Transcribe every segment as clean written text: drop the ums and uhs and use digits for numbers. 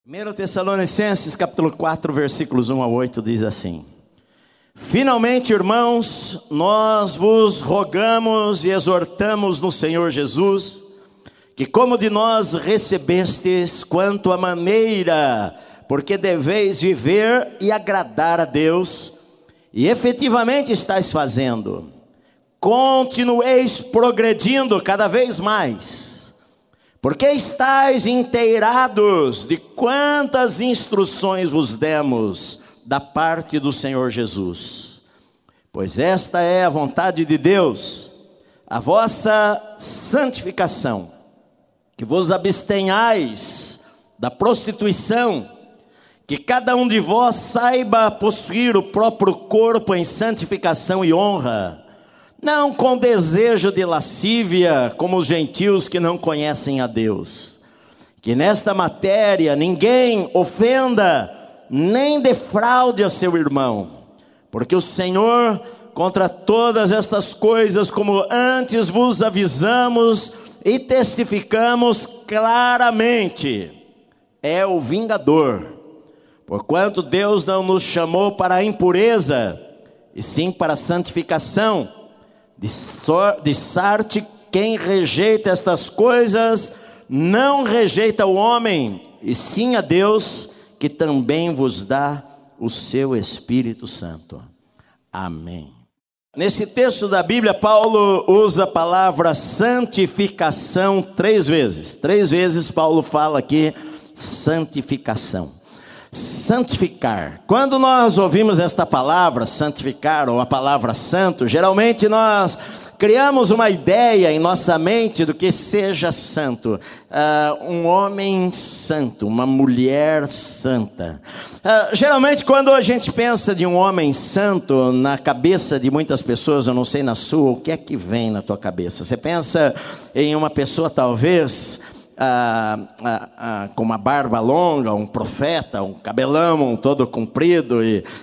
1 Tessalonicenses capítulo 4, versículos 1 a 8 diz assim: Finalmente, irmãos, nós vos rogamos e exortamos no Senhor Jesus, que como de nós recebestes quanto à maneira, porque deveis viver e agradar a Deus, e efetivamente estáis fazendo, continueis progredindo cada vez mais, porque estáis inteirados de quantas instruções vos demos da parte do Senhor Jesus. Pois esta é a vontade de Deus, a vossa santificação, que vos abstenhais da prostituição, que cada um de vós saiba possuir o próprio corpo em santificação e honra, não com desejo de lascívia, como os gentios que não conhecem a Deus. Que nesta matéria ninguém ofenda, nem defraude a seu irmão, porque o Senhor, contra todas estas coisas, como antes vos avisamos e testificamos claramente, é o vingador. Porquanto Deus não nos chamou para a impureza, e sim para a santificação. De sorte, quem rejeita estas coisas, não rejeita o homem, e sim a Deus, que também vos dá o seu Espírito Santo. Amém. Nesse texto da Bíblia, Paulo usa a palavra santificação 3 vezes. 3 vezes Paulo fala aqui santificação. Santificar. Quando nós ouvimos esta palavra santificar, ou a palavra santo, geralmente nós criamos uma ideia em nossa mente do que seja santo. Um homem santo, uma mulher santa. Geralmente quando a gente pensa de um homem santo, na cabeça de muitas pessoas, eu não sei na sua, o que é que vem na tua cabeça? Você pensa em uma pessoa talvez com uma barba longa, um profeta, um cabelão todo comprido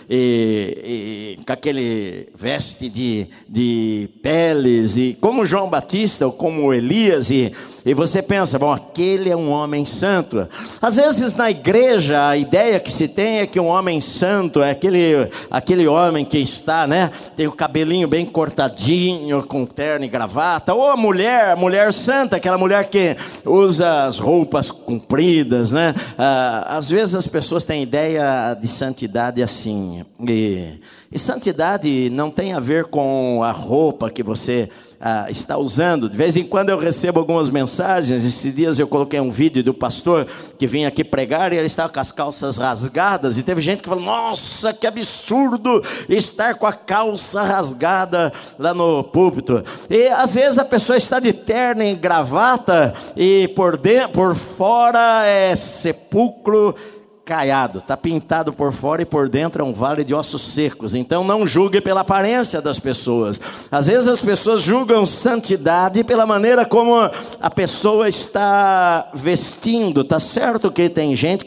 e com aquele veste de peles, e como João Batista ou como Elias, e você pensa, bom, aquele é um homem santo. Às vezes na igreja a ideia que se tem é que um homem santo é aquele homem que está, né, tem o cabelinho bem cortadinho, com terno e gravata, ou a mulher santa, aquela mulher que usa as roupas compridas, né? Às vezes as pessoas têm ideia de santidade assim, e santidade não tem a ver com a roupa que você está usando. De vez em quando eu recebo algumas mensagens. Esses dias eu coloquei um vídeo do pastor que vinha aqui pregar, e ele estava com as calças rasgadas, e teve gente que falou, nossa, que absurdo estar com a calça rasgada lá no púlpito. E às vezes a pessoa está de terno e gravata, e por fora é sepulcro caiado, está pintado por fora e por dentro é um vale de ossos secos. Então não julgue pela aparência das pessoas. Às vezes as pessoas julgam santidade pela maneira como a pessoa está vestindo. Está certo que tem gente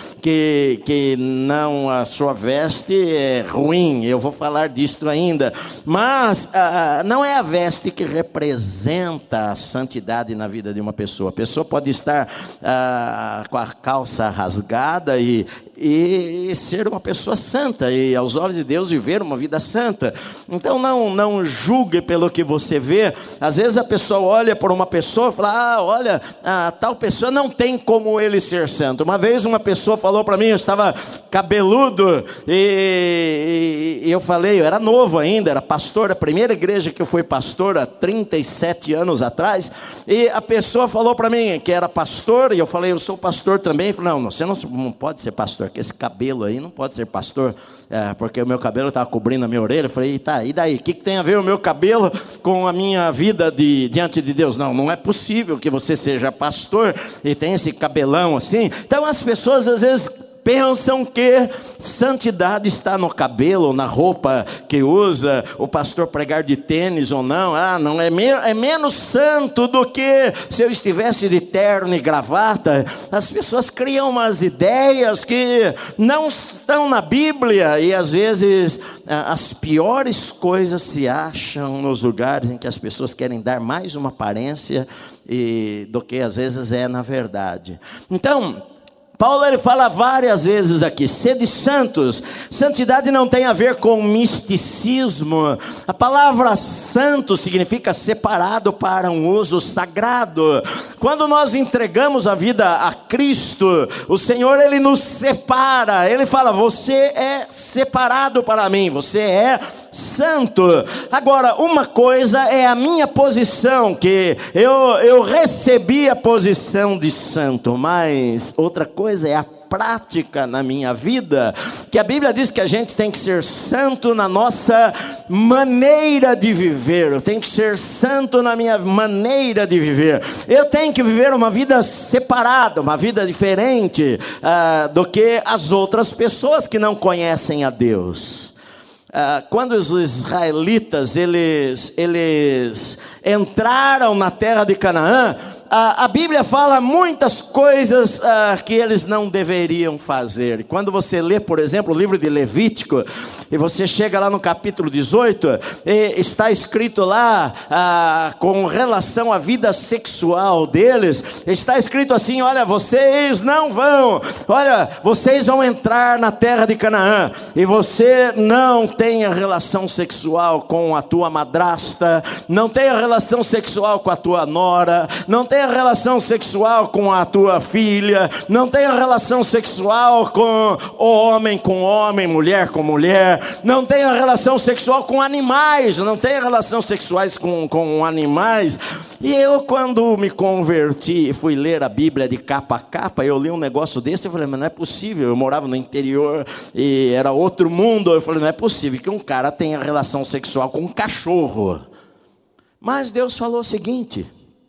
que não, a sua veste é ruim, eu vou falar disso ainda, mas não é a veste que representa a santidade na vida de uma pessoa. A pessoa pode estar com a calça rasgada e ser uma pessoa santa, e aos olhos de Deus viver uma vida santa. Então não julgue pelo que você vê. Às vezes a pessoa olha por uma pessoa e fala, olha, tal pessoa não tem como ele ser santo. Uma vez uma pessoa falou para mim, eu estava cabeludo, e eu falei, eu era novo ainda, era pastor, a primeira igreja que eu fui pastor há 37 anos atrás, e a pessoa falou para mim que era pastor, e eu falei, eu sou pastor também. Ele falou, não, você não pode ser pastor, que esse cabelo aí não pode ser pastor, porque o meu cabelo estava cobrindo a minha orelha. Eu falei, tá, e daí? O que tem a ver o meu cabelo com a minha vida diante de Deus? Não é possível que você seja pastor e tenha esse cabelão assim. Então as pessoas às vezes pensam que santidade está no cabelo, na roupa que usa, o pastor pregar de tênis ou não. Não é menos santo do que se eu estivesse de terno e gravata. As pessoas criam umas ideias que não estão na Bíblia, e às vezes as piores coisas se acham nos lugares em que as pessoas querem dar mais uma aparência do que às vezes é na verdade. Então, Paulo ele fala várias vezes aqui, sede santos. Santidade não tem a ver com misticismo. A palavra santo significa separado para um uso sagrado. Quando nós entregamos a vida a Cristo, o Senhor ele nos separa. Ele fala, você é separado para mim, você é santo. Agora, uma coisa é a minha posição, que eu recebi a posição de santo, mas outra coisa é a prática na minha vida, que a Bíblia diz que a gente tem que ser santo na nossa maneira de viver. Eu tenho que ser santo na minha maneira de viver. Eu tenho que viver uma vida separada, uma vida diferente do que as outras pessoas que não conhecem a Deus. Quando os israelitas eles entraram na terra de Canaã, a Bíblia fala muitas coisas que eles não deveriam fazer. Quando você lê, por exemplo, o livro de Levítico, e você chega lá no capítulo 18, está escrito lá, com relação à vida sexual deles, está escrito assim, olha, vocês vão entrar na terra de Canaã, e você não tenha relação sexual com a tua madrasta, não tenha relação sexual com a tua nora, não tenha relação sexual com a tua filha, não tenha relação sexual com homem, mulher com mulher, não tenha relação sexual com animais, não tenha relações sexuais com animais. E eu, quando me converti e fui ler a Bíblia de capa a capa, eu li um negócio desse, eu falei, mas não é possível, eu morava no interior e era outro mundo, eu falei, não é possível que um cara tenha relação sexual com um cachorro. Mas Deus falou o seguinte,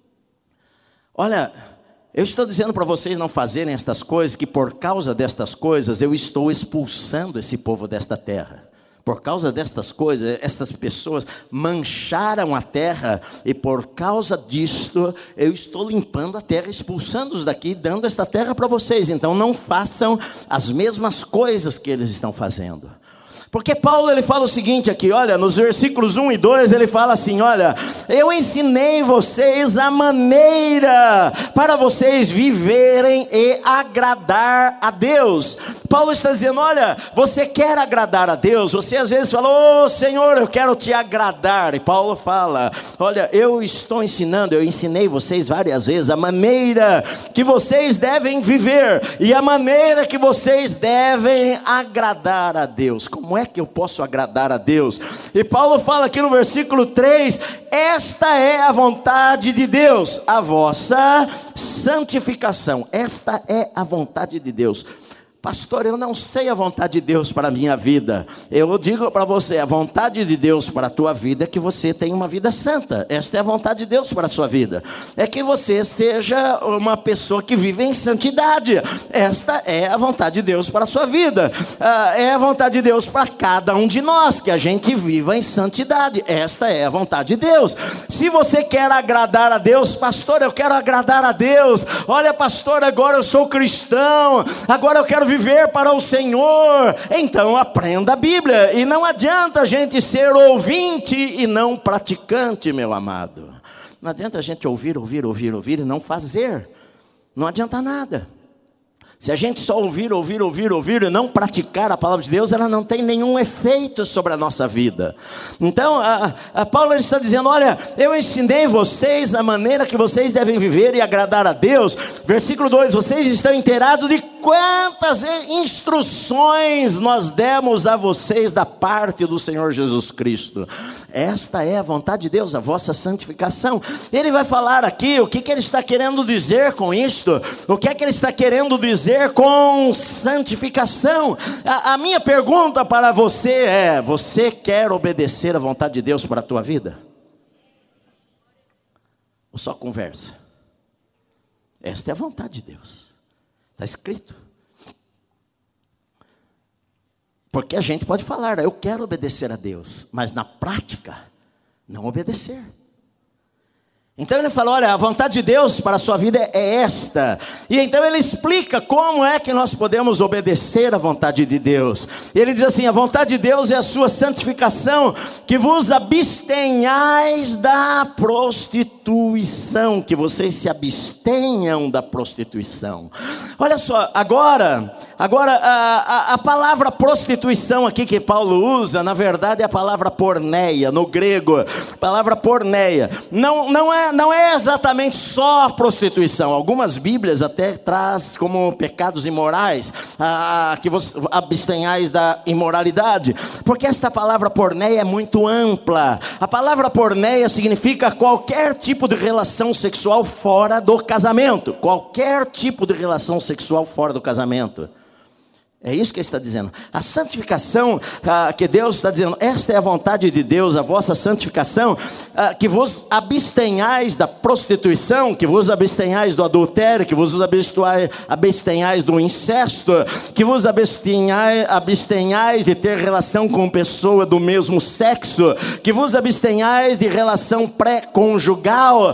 olha, eu estou dizendo para vocês não fazerem estas coisas, que por causa destas coisas eu estou expulsando esse povo desta terra. Por causa destas coisas, essas pessoas mancharam a terra, e por causa disto, eu estou limpando a terra, expulsando-os daqui, dando esta terra para vocês. Então não façam as mesmas coisas que eles estão fazendo. Porque Paulo ele fala o seguinte aqui, olha, nos versículos 1 e 2, ele fala assim, olha, eu ensinei vocês a maneira para vocês viverem e agradar a Deus. Paulo está dizendo, olha, você quer agradar a Deus? Você às vezes fala, ô Senhor, eu quero te agradar. E Paulo fala, olha, eu ensinei vocês várias vezes a maneira que vocês devem viver e a maneira que vocês devem agradar a Deus. Como é que eu posso agradar a Deus? E Paulo fala aqui no versículo 3, esta é a vontade de Deus, a vossa santificação. Esta é a vontade de Deus. Pastor, eu não sei a vontade de Deus para a minha vida. Eu digo para você, a vontade de Deus para a tua vida é que você tenha uma vida santa. Esta é a vontade de Deus para a sua vida. É que você seja uma pessoa que vive em santidade. Esta é a vontade de Deus para a sua vida. É a vontade de Deus para cada um de nós, que a gente viva em santidade. Esta é a vontade de Deus. Se você quer agradar a Deus, pastor, eu quero agradar a Deus. Olha, pastor, agora eu sou cristão. Agora eu quero viver para o Senhor. Então aprenda a Bíblia. E não adianta a gente ser ouvinte e não praticante, meu amado. Não adianta a gente ouvir e não fazer. Não adianta nada. Se a gente só ouvir e não praticar a palavra de Deus, ela não tem nenhum efeito sobre a nossa vida. Então, Paulo está dizendo, olha, eu ensinei vocês a maneira que vocês devem viver e agradar a Deus. Versículo 2, vocês estão inteirados de quantas instruções nós demos a vocês da parte do Senhor Jesus Cristo. Esta é a vontade de Deus, a vossa santificação. Ele vai falar aqui o que ele está querendo dizer com isto. O que é que ele está querendo dizer com santificação? A minha pergunta para você é, você quer obedecer à vontade de Deus para a tua vida? Ou só conversa? Esta é a vontade de Deus. Está escrito. Porque a gente pode falar, eu quero obedecer a Deus, mas na prática, não obedecer. Então ele fala, olha, a vontade de Deus para a sua vida é esta. E então ele explica como é que nós podemos obedecer à vontade de Deus. Ele diz assim, a vontade de Deus é a sua santificação, que vos abstenhais da prostituição. prostituição, que vocês se abstenham da prostituição. Olha só, agora a palavra prostituição aqui que Paulo usa, na verdade é a palavra porneia, no grego, palavra porneia. Não é exatamente só prostituição. Algumas Bíblias até traz como pecados imorais, que vos abstenhais da imoralidade, porque esta palavra porneia é muito ampla. A palavra porneia significa qualquer tipo de relação sexual fora do casamento. Qualquer tipo de relação sexual fora do casamento. É isso que ele está dizendo. A santificação que Deus está dizendo, esta é a vontade de Deus, a vossa santificação, que vos abstenhais da prostituição, que vos abstenhais do adultério, que vos abstenhais do incesto, que vos abstenhais de ter relação com pessoa do mesmo sexo, que vos abstenhais de relação pré-conjugal.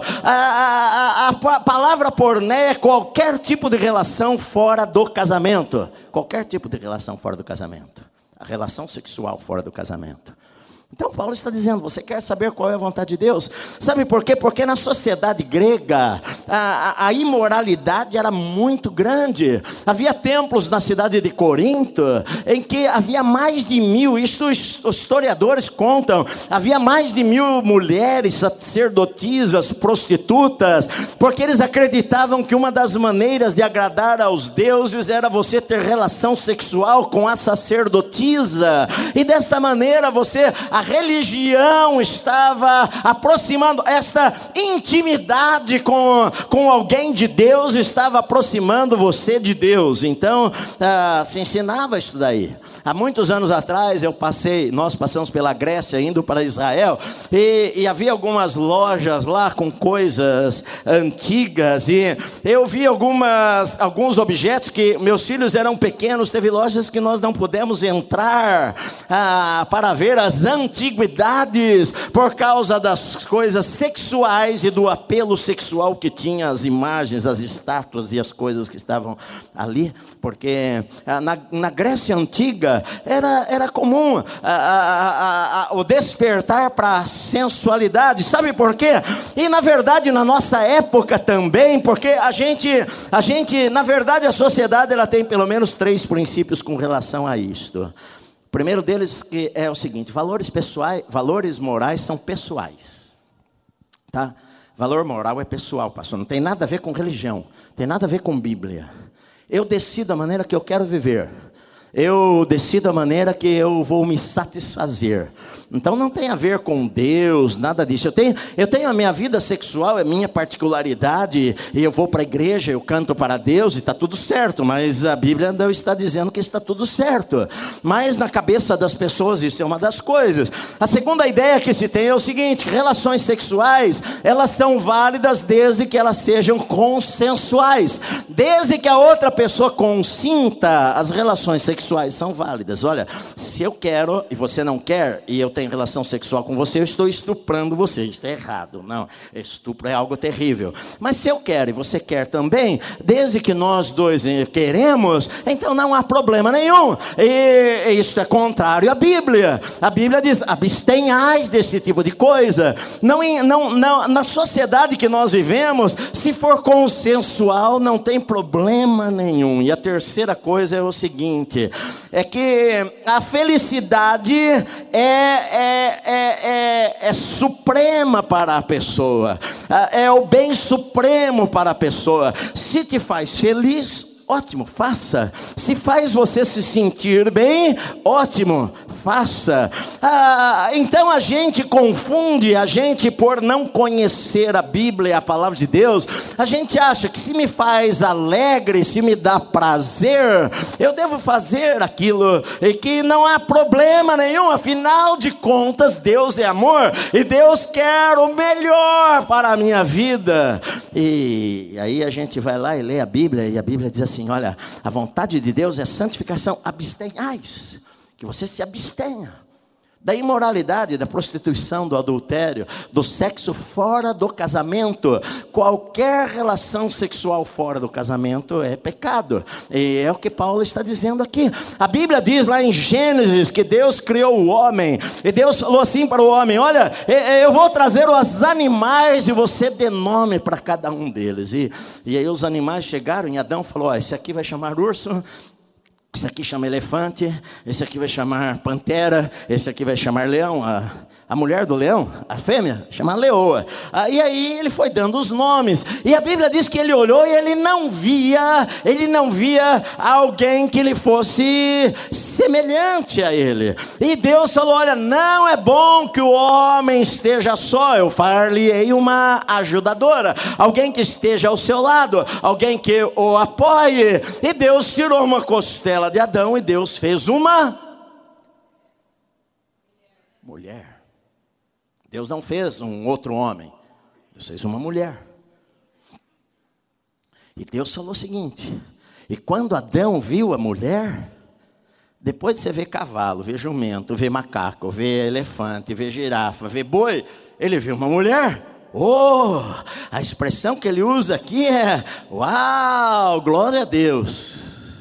A palavra porneia é qualquer tipo de relação fora do casamento. Qualquer tipo de relação fora do casamento. A relação sexual fora do casamento. Então Paulo está dizendo, você quer saber qual é a vontade de Deus? Sabe por quê? Porque na sociedade grega, a imoralidade era muito grande. Havia templos na cidade de Corinto, em que havia mais de 1000, isto os historiadores contam, havia mais de 1000 mulheres sacerdotisas, prostitutas, porque eles acreditavam que uma das maneiras de agradar aos deuses era você ter relação sexual com a sacerdotisa, e desta maneira a religião estava aproximando, esta intimidade com alguém de Deus estava aproximando você de Deus. Então se ensinava isso daí. Há muitos anos atrás nós passamos pela Grécia indo para Israel, e havia algumas lojas lá com coisas antigas, e eu vi alguns objetos que meus filhos eram pequenos. Teve lojas que nós não pudemos entrar para ver as antiguidades, por causa das coisas sexuais e do apelo sexual que tinha as imagens, as estátuas e as coisas que estavam ali, porque na Grécia Antiga era comum o despertar para a sensualidade. Sabe por quê? E na verdade na nossa época também, porque a gente, na verdade a sociedade ela tem pelo menos 3 princípios com relação a isto. O primeiro deles que é o seguinte: valores morais são pessoais, tá? Valor moral é pessoal, pastor, não tem nada a ver com religião, tem nada a ver com Bíblia. Eu decido a maneira que eu quero viver, eu decido a maneira que eu vou me satisfazer. Então não tem a ver com Deus, nada disso. Eu tenho a minha vida sexual, é minha particularidade, e eu vou para a igreja, eu canto para Deus e está tudo certo, mas a Bíblia não está dizendo que está tudo certo. Mas na cabeça das pessoas isso é uma das coisas. A segunda ideia que se tem é o seguinte: relações sexuais, elas são válidas desde que elas sejam consensuais. Desde que a outra pessoa consinta, as relações sexuais são válidas. Olha, se eu quero e você não quer, e eu tenho relação sexual com você, eu estou estuprando você. Isso é errado. Não, estupro é algo terrível. Mas se eu quero e você quer também, desde que nós dois queremos, então não há problema nenhum. E isso é contrário à Bíblia. A Bíblia diz: abstenhais desse tipo de coisa. Não, na sociedade que nós vivemos, se for consensual, não tem problema nenhum. E a terceira coisa é o seguinte: é que a felicidade é suprema para a pessoa, é o bem supremo para a pessoa. Se te faz feliz, ótimo, faça. Se faz você se sentir bem, ótimo, faça. Então a gente confunde, por não conhecer a Bíblia, a palavra de Deus, a gente acha que se me faz alegre, se me dá prazer, eu devo fazer aquilo, e que não há problema nenhum. Afinal de contas, Deus é amor, e Deus quer o melhor para a minha vida. E aí a gente vai lá e lê a Bíblia, e a Bíblia diz assim: olha, a vontade de Deus é santificação, abstenhais, que você se abstenha da imoralidade, da prostituição, do adultério, do sexo fora do casamento. Qualquer relação sexual fora do casamento é pecado. E é o que Paulo está dizendo aqui. A Bíblia diz lá em Gênesis que Deus criou o homem. E Deus falou assim para o homem: olha, eu vou trazer os animais e você dê nome para cada um deles. E aí os animais chegaram e Adão falou: ó, esse aqui vai chamar urso, esse aqui chama elefante, esse aqui vai chamar pantera, esse aqui vai chamar leão, a mulher do leão, a fêmea, chama leoa. E aí ele foi dando os nomes, e a Bíblia diz que ele olhou e ele não via alguém que lhe fosse semelhante a ele. E Deus falou: olha, não é bom que o homem esteja só, eu far-lhe-ei uma ajudadora, alguém que esteja ao seu lado, alguém que o apoie. E Deus tirou uma costela de Adão e Deus fez uma mulher. Deus não fez um outro homem, Deus fez uma mulher. E Deus falou o seguinte: e quando Adão viu a mulher, depois de você ver cavalo, ver jumento, ver macaco, ver elefante, ver girafa, ver boi, ele viu uma mulher. Oh, a expressão que ele usa aqui é: uau, glória a Deus.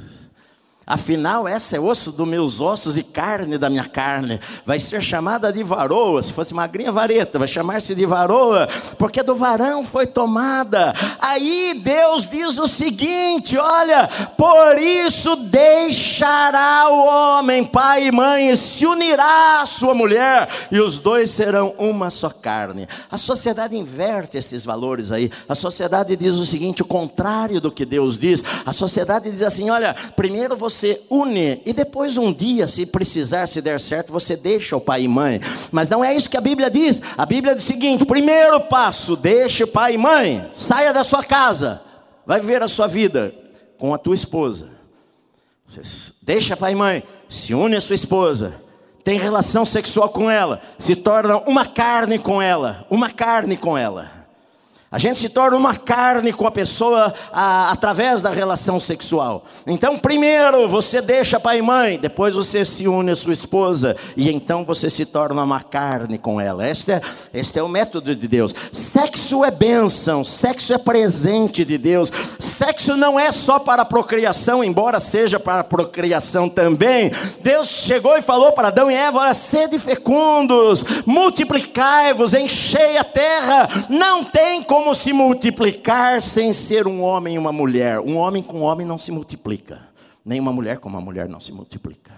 Afinal, essa é osso dos meus ossos e carne da minha carne. Vai ser chamada de varoa. Se fosse magrinha, vareta. Vai chamar-se de varoa, porque do varão foi tomada. Aí Deus diz o seguinte: olha, por isso deixará o homem pai e mãe, e se unirá à sua mulher, e os dois serão uma só carne. A sociedade inverte esses valores aí. A sociedade diz o seguinte, o contrário do que Deus diz. A sociedade diz assim: olha, primeiro você une, e depois um dia, se precisar, se der certo, você deixa o pai e mãe. Mas não é isso que a Bíblia diz. A Bíblia diz o seguinte: primeiro passo, deixe pai e mãe, saia da sua casa, vai viver a sua vida com a tua esposa. Você deixa pai e mãe, se une à sua esposa, tem relação sexual com ela, se torna uma carne com ela, uma carne com ela. A gente se torna uma carne com a pessoa através da relação sexual. Então, primeiro você deixa pai e mãe, depois você se une à sua esposa, e então você se torna uma carne com ela. Este é o método de Deus. Sexo é bênção, sexo é presente de Deus. Sexo não é só para a procriação, embora seja para a procriação também. Deus chegou e falou para Adão e Eva: olha, sede fecundos, multiplicai-vos, enchei a terra. Não tem como se multiplicar sem ser um homem e uma mulher. Um homem com homem não se multiplica, nem uma mulher com uma mulher não se multiplica.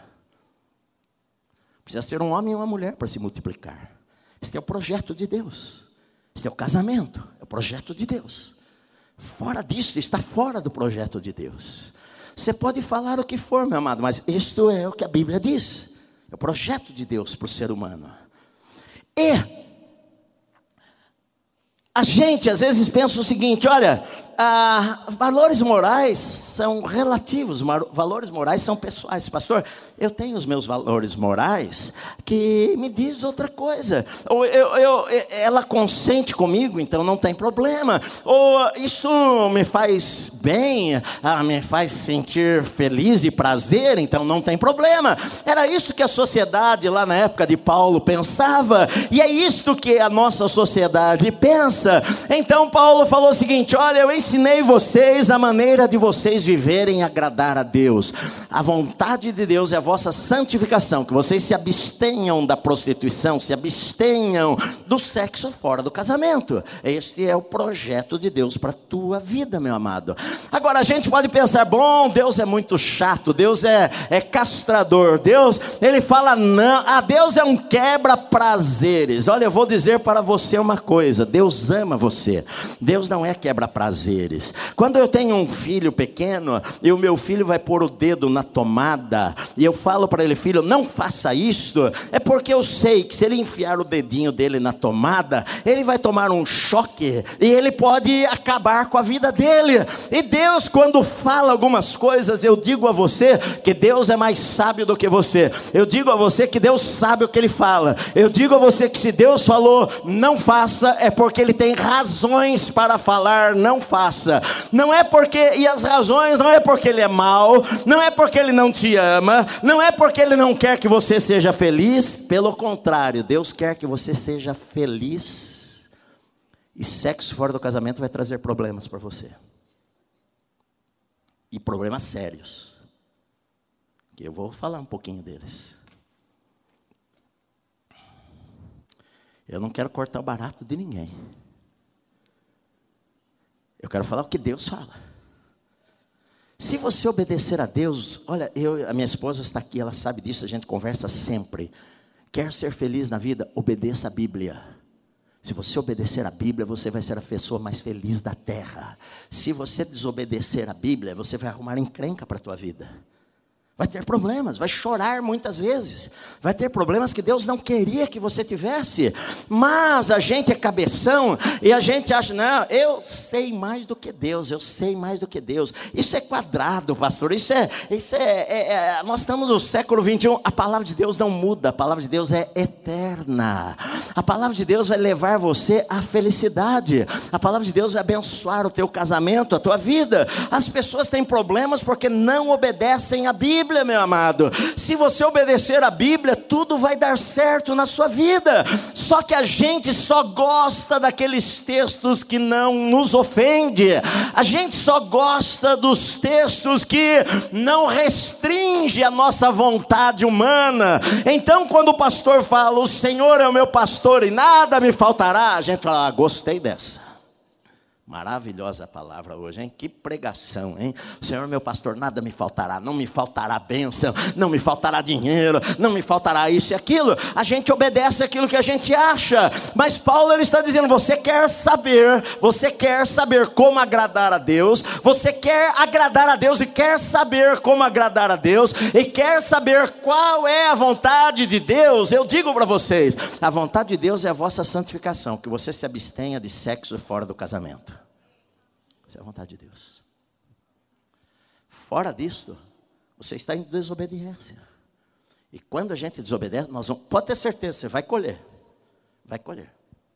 Precisa ser um homem e uma mulher para se multiplicar. Este é o projeto de Deus. Este é o casamento, é o projeto de Deus. Fora disso, está fora do projeto de Deus. Você pode falar o que for, meu amado, mas isto é o que a Bíblia diz. É o projeto de Deus para o ser humano. E a gente às vezes pensa o seguinte: olha, valores morais são relativos, valores morais são pessoais. Pastor, eu tenho os meus valores morais que me diz outra coisa. Ou ela consente comigo, então não tem problema. Ou isso me faz bem, me faz sentir feliz e prazer, então não tem problema. Era isso que a sociedade lá na época de Paulo pensava, e é isto que a nossa sociedade pensa. Então Paulo falou o seguinte: olha, eu ensinei vocês a maneira de vocês viverem e agradar a Deus. A vontade de Deus é a vossa santificação, que vocês se abstenham da prostituição, se abstenham do sexo fora do casamento. Este é o projeto de Deus para a tua vida, meu amado. Agora a gente pode pensar: bom, Deus é muito chato, Deus é castrador, Deus, ele fala não, Deus é um quebra-prazeres. Olha, eu vou dizer para você uma coisa: Deus ama você. Deus não é quebra-prazeres. Quando eu tenho um filho pequeno e o meu filho vai pôr o dedo na tomada e eu falo para ele: filho, não faça isto, é porque eu sei que se ele enfiar o dedinho dele na tomada, ele vai tomar um choque e ele pode acabar com a vida dele. E Deus, quando fala algumas coisas, eu digo a você que Deus é mais sábio do que você. Eu digo a você que Deus sabe o que ele fala. Eu digo a você que se Deus falou não faça, é porque ele tem razões para falar não faça. faça. Não é porque, e as razões não é porque ele é mau, não é porque ele não te ama, não é porque ele não quer que você seja feliz. Pelo contrário, Deus quer que você seja feliz. E sexo fora do casamento vai trazer problemas para você. E problemas sérios. Que eu vou falar um pouquinho deles. Eu não quero cortar o barato de ninguém. Eu quero falar o que Deus fala. Se você obedecer a Deus, olha, a minha esposa está aqui, ela sabe disso, a gente conversa sempre. Quer ser feliz na vida? Obedeça a Bíblia. Se você obedecer a Bíblia, você vai ser a pessoa mais feliz da terra. Se você desobedecer a Bíblia, você vai arrumar encrenca para a tua vida. Vai ter problemas, vai chorar muitas vezes. Vai ter problemas que Deus não queria que você tivesse. Mas a gente é cabeção e a gente acha, não, eu sei mais do que Deus, eu sei mais do que Deus. Isso é quadrado, pastor, nós estamos no século 21, a palavra de Deus não muda, a palavra de Deus é eterna. A palavra de Deus vai levar você à felicidade. A palavra de Deus vai abençoar o teu casamento, a tua vida. As pessoas têm problemas porque não obedecem a Bíblia, meu amado. Se você obedecer a Bíblia, tudo vai dar certo na sua vida. Só que a gente só gosta daqueles textos que não nos ofendem. A gente só gosta dos textos que não restringem a nossa vontade humana. Então quando o pastor fala, o Senhor é o meu pastor e nada me faltará, a gente fala, gostei dessa. Maravilhosa palavra hoje, hein? Que pregação, hein? O Senhor meu pastor, nada me faltará, não me faltará bênção, não me faltará dinheiro, não me faltará isso e aquilo. A gente obedece aquilo que a gente acha, mas Paulo ele está dizendo, você quer saber como agradar a Deus, você quer agradar a Deus e quer saber como agradar a Deus, e quer saber qual é a vontade de Deus. Eu digo para vocês, a vontade de Deus é a vossa santificação, que você se abstenha de sexo fora do casamento. Essa é a vontade de Deus. Fora disso, você está em desobediência. E quando a gente desobedece, pode ter certeza, você vai colher. Vai colher.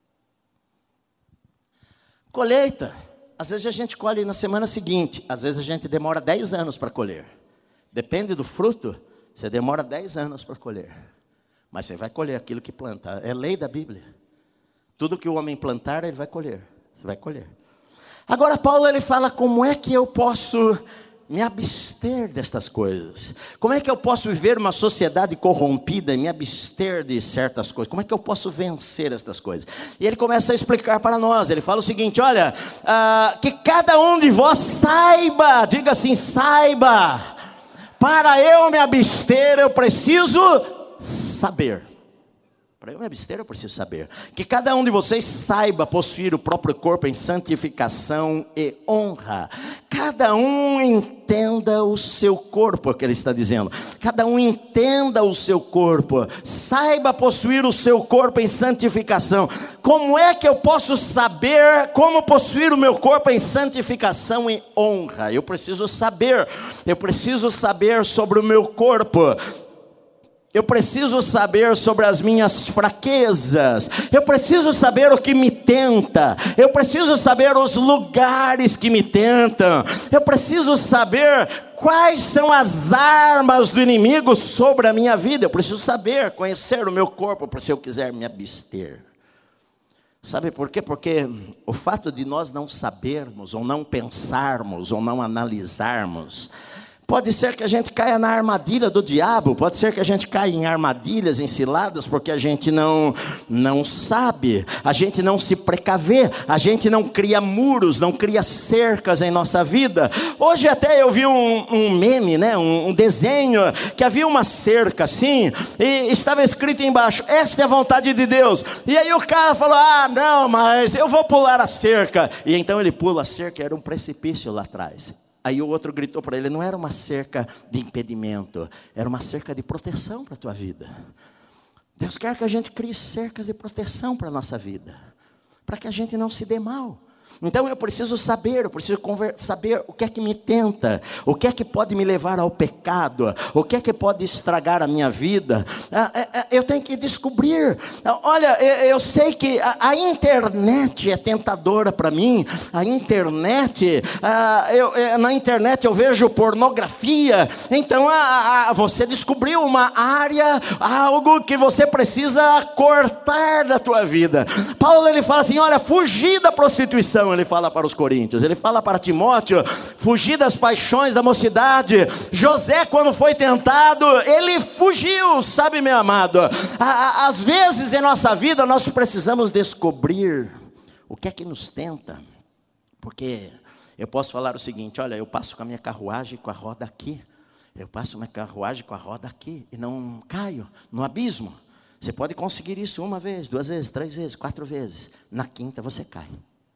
Colheita. Às vezes a gente colhe na semana seguinte. Às vezes a gente demora 10 anos para colher. Depende do fruto, você demora 10 anos para colher. Mas você vai colher aquilo que planta. É lei da Bíblia. Tudo que o homem plantar, ele vai colher. Você vai colher. Agora Paulo ele fala, como é que eu posso me abster destas coisas? Como é que eu posso viver uma sociedade corrompida e me abster de certas coisas? Como é que eu posso vencer estas coisas? E ele começa a explicar para nós, ele fala o seguinte, olha, que cada um de vós saiba, diga assim, saiba, para eu me abster eu preciso saber. Para eu me abster, eu preciso saber. Que cada um de vocês saiba possuir o próprio corpo em santificação e honra. Cada um entenda o seu corpo, é o que ele está dizendo. Cada um entenda o seu corpo. Saiba possuir o seu corpo em santificação. Como é que eu posso saber como possuir o meu corpo em santificação e honra? Eu preciso saber sobre o meu corpo. Eu preciso saber sobre as minhas fraquezas. Eu preciso saber o que me tenta. Eu preciso saber os lugares que me tentam. Eu preciso saber quais são as armas do inimigo sobre a minha vida. Eu preciso saber, conhecer o meu corpo, para se eu quiser me abster. Sabe por quê? Porque o fato de nós não sabermos, ou não pensarmos, ou não analisarmos, pode ser que a gente caia na armadilha do diabo, pode ser que a gente caia em armadilhas, em ciladas, porque a gente não sabe, a gente não se precavê, a gente não cria muros, não cria cercas em nossa vida. Hoje até eu vi um meme, né? Um desenho, que havia uma cerca assim, e estava escrito embaixo, esta é a vontade de Deus. E aí o cara falou, não, mas eu vou pular a cerca. E então ele pula a cerca, era um precipício lá atrás. Aí o outro gritou para ele, não era uma cerca de impedimento, era uma cerca de proteção para a tua vida. Deus quer que a gente crie cercas de proteção para a nossa vida, para que a gente não se dê mal. Então eu preciso saber, saber o que é que me tenta, o que é que pode me levar ao pecado, o que é que pode estragar a minha vida. Eu tenho que descobrir. Olha, eu sei que a internet é tentadora para mim. A internet, na internet eu vejo pornografia. Então você descobriu uma área, algo que você precisa cortar da tua vida. Paulo ele fala assim, olha, fugir da prostituição. Ele fala para os coríntios, ele fala para Timóteo, fugir das paixões da mocidade. José, quando foi tentado, ele fugiu, sabe, meu amado? Às vezes em nossa vida nós precisamos descobrir o que é que nos tenta, porque eu posso falar o seguinte, olha, eu passo com a minha carruagem com a roda aqui, eu passo minha carruagem com a roda aqui, e não caio no abismo. Você pode conseguir isso 1 vez, 2 vezes, 3 vezes, 4 vezes, na 5ª você cai.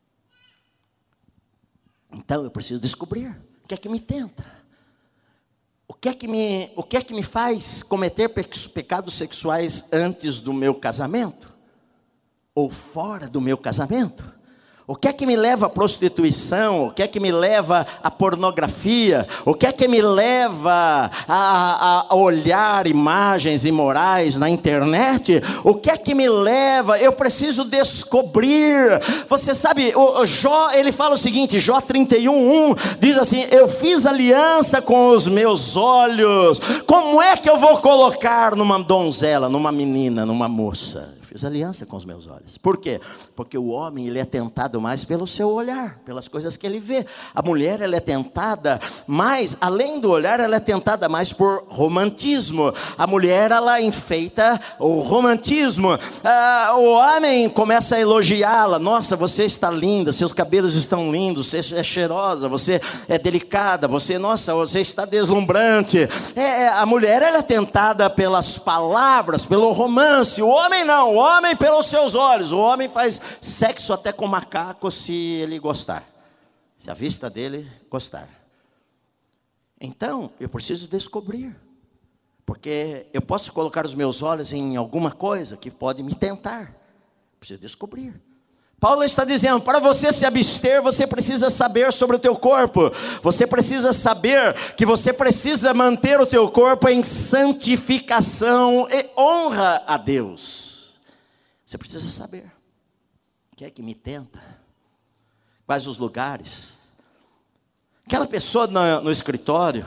Então eu preciso descobrir o que é que me tenta. O que é que me faz cometer pecados sexuais antes do meu casamento? Ou fora do meu casamento? O que é que me leva à prostituição? O que é que me leva à pornografia? O que é que me leva a olhar imagens imorais na internet? O que é que me leva? Eu preciso descobrir. Você sabe, o Jó, ele fala o seguinte, Jó 31:1, diz assim, eu fiz aliança com os meus olhos. Como é que eu vou colocar numa donzela, numa menina, numa moça? Fiz aliança com os meus olhos. Por quê? Porque o homem, ele é tentado mais pelo seu olhar, pelas coisas que ele vê. A mulher, ela é tentada mais, além do olhar, ela é tentada mais por romantismo. A mulher, ela enfeita o romantismo. O homem começa a elogiá-la. Nossa, você está linda, seus cabelos estão lindos, você é cheirosa, você é delicada, você está deslumbrante. A mulher, ela é tentada pelas palavras, pelo romance. O homem não. O homem pelos seus olhos. O homem faz sexo até com macaco se ele gostar. Se a vista dele gostar. Então, eu preciso descobrir. Porque eu posso colocar os meus olhos em alguma coisa que pode me tentar. Preciso descobrir. Paulo está dizendo, para você se abster, você precisa saber sobre o teu corpo. Você precisa saber que você precisa manter o teu corpo em santificação e honra a Deus. Você precisa saber o que é que me tenta, quais os lugares. Aquela pessoa no escritório,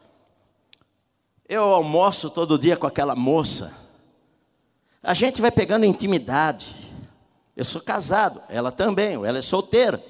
eu almoço todo dia com aquela moça, a gente vai pegando intimidade. Eu sou casado, ela também, ela é solteira.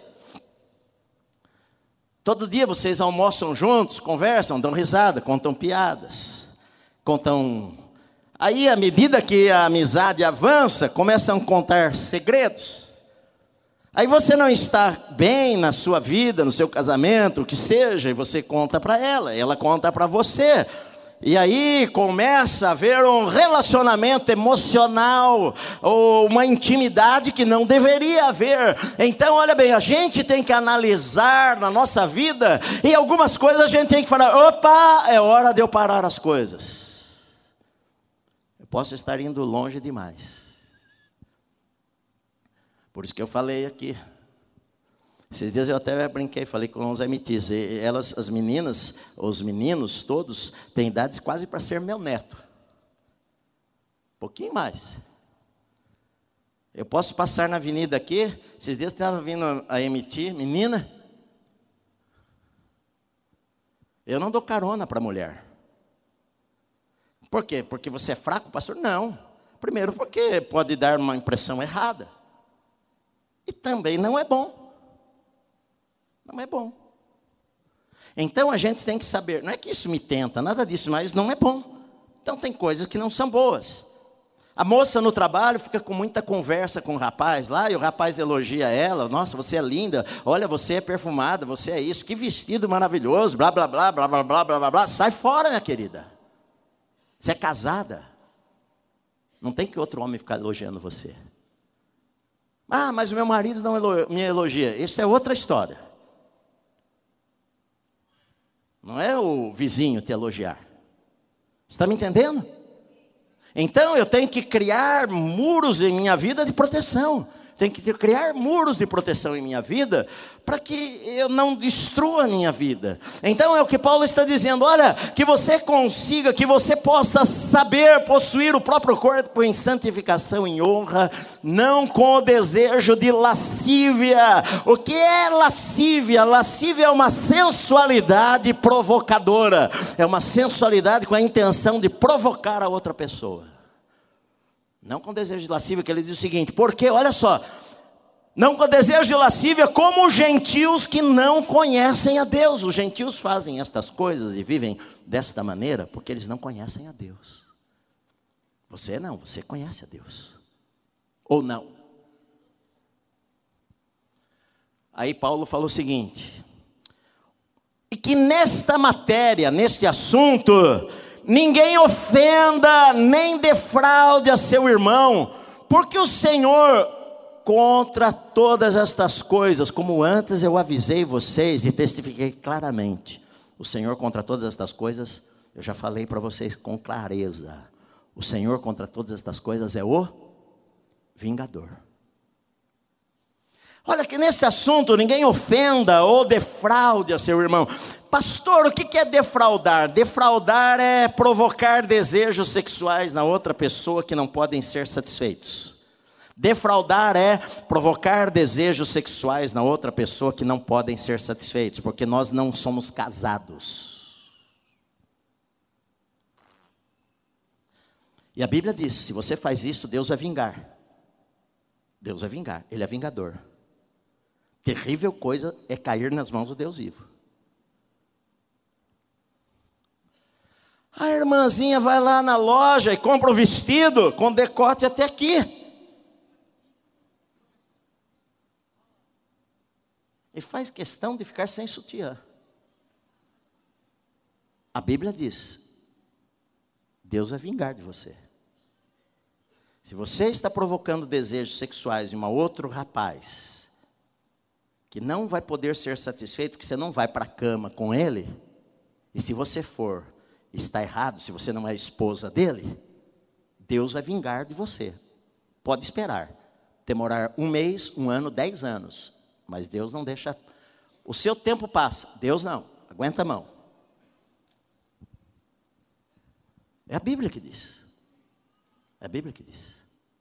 Todo dia vocês almoçam juntos, conversam, dão risada, contam piadas, contam... Aí, à medida que a amizade avança, começam a contar segredos. Aí você não está bem na sua vida, no seu casamento, o que seja, e você conta para ela, ela conta para você. E aí começa a haver um relacionamento emocional, ou uma intimidade que não deveria haver. Então, olha bem, a gente tem que analisar na nossa vida, e algumas coisas a gente tem que falar, opa, é hora de eu parar as coisas. Posso estar indo longe demais. Por isso que eu falei aqui. Esses dias eu até brinquei, falei com uns MTs. Elas, as meninas, os meninos todos, têm idades quase para ser meu neto. Um pouquinho mais. Eu posso passar na avenida aqui. Esses dias estava vindo a MT, menina. Eu não dou carona para mulher. Por quê? Porque você é fraco, pastor? Não. Primeiro, porque pode dar uma impressão errada. E também não é bom. Não é bom. Então a gente tem que saber, não é que isso me tenta, nada disso, mas não é bom. Então tem coisas que não são boas. A moça no trabalho fica com muita conversa com o rapaz lá, e o rapaz elogia ela, nossa, você é linda, olha, você é perfumada, você é isso, que vestido maravilhoso, blá, blá, blá, blá, blá, blá, blá, blá, blá. Sai fora, minha querida. Você é casada. Não tem que outro homem ficar elogiando você. Ah, mas o meu marido não me elogia. Isso é outra história. Não é o vizinho te elogiar. Você está me entendendo? Então eu tenho que criar muros em minha vida de proteção. tenho que criar muros de proteção em minha vida, para que eu não destrua a minha vida. Então é o que Paulo está dizendo: olha, que você consiga, que você possa saber possuir o próprio corpo em santificação, em honra, não com o desejo de lascívia. O que é lascívia? Lascívia é uma sensualidade provocadora, é uma sensualidade com a intenção de provocar a outra pessoa. Não com desejo de lascívia, que ele diz o seguinte: porque, olha só, não com desejo de lascívia, como os gentios que não conhecem a Deus. Os gentios fazem estas coisas e vivem desta maneira, porque eles não conhecem a Deus. Você não, você conhece a Deus. Ou não? Aí Paulo fala o seguinte: e que nesta matéria, neste assunto, ninguém ofenda, nem defraude a seu irmão, porque o Senhor, contra todas estas coisas, como antes eu avisei vocês e testifiquei claramente, o Senhor contra todas estas coisas, eu já falei para vocês com clareza, o Senhor contra todas estas coisas é o vingador. Olha, que neste assunto ninguém ofenda ou defraude a seu irmão. Pastor, o que é defraudar? Defraudar é provocar desejos sexuais na outra pessoa que não podem ser satisfeitos. Defraudar é provocar desejos sexuais na outra pessoa que não podem ser satisfeitos, porque nós não somos casados. E a Bíblia diz: se você faz isso, Deus vai vingar. Deus vai vingar, Ele é vingador. Terrível coisa é cair nas mãos do Deus vivo. A irmãzinha vai lá na loja e compra o vestido com decote até aqui. E faz questão de ficar sem sutiã. A Bíblia diz: Deus vai vingar de você. Se você está provocando desejos sexuais em um outro rapaz, que não vai poder ser satisfeito, porque você não vai para a cama com ele, e se você for, está errado, se você não é esposa dele, Deus vai vingar de você. Pode esperar, demorar 1 mês, 1 ano, 10 anos, mas Deus não deixa, o seu tempo passa, Deus não, aguenta a mão. É a Bíblia que diz, é a Bíblia que diz.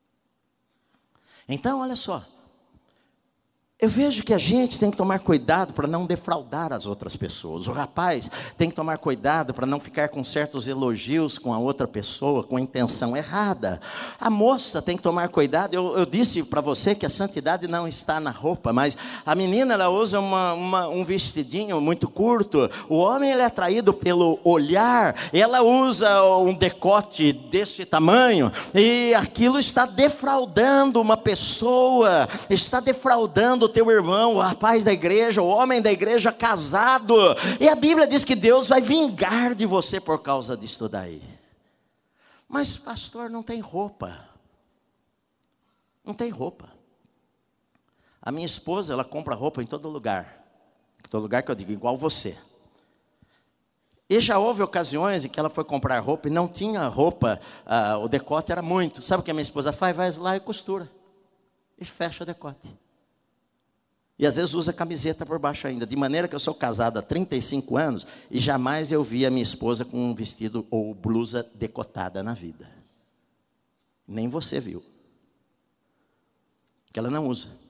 Então, olha só, eu vejo que a gente tem que tomar cuidado para não defraudar as outras pessoas. O rapaz tem que tomar cuidado para não ficar com certos elogios com a outra pessoa, com a intenção errada. A moça tem que tomar cuidado. Eu disse para você que a santidade não está na roupa, mas a menina, ela usa um vestidinho muito curto. O homem, ele é atraído pelo olhar. Ela usa um decote desse tamanho, e aquilo está defraudando uma pessoa, está defraudando o teu irmão, o rapaz da igreja, o homem da igreja casado. E a Bíblia diz que Deus vai vingar de você por causa disso daí. Mas pastor, não tem roupa. Não tem roupa. A minha esposa, ela compra roupa em todo lugar. Em todo lugar que eu digo, igual você. E já houve ocasiões em que ela foi comprar roupa e não tinha roupa, o decote era muito. Sabe o que a minha esposa faz? Vai lá e costura. E fecha o decote. E às vezes usa camiseta por baixo ainda. De maneira que eu sou casado há 35 anos e jamais eu vi a minha esposa com um vestido ou blusa decotada na vida. Nem você viu. Porque ela não usa.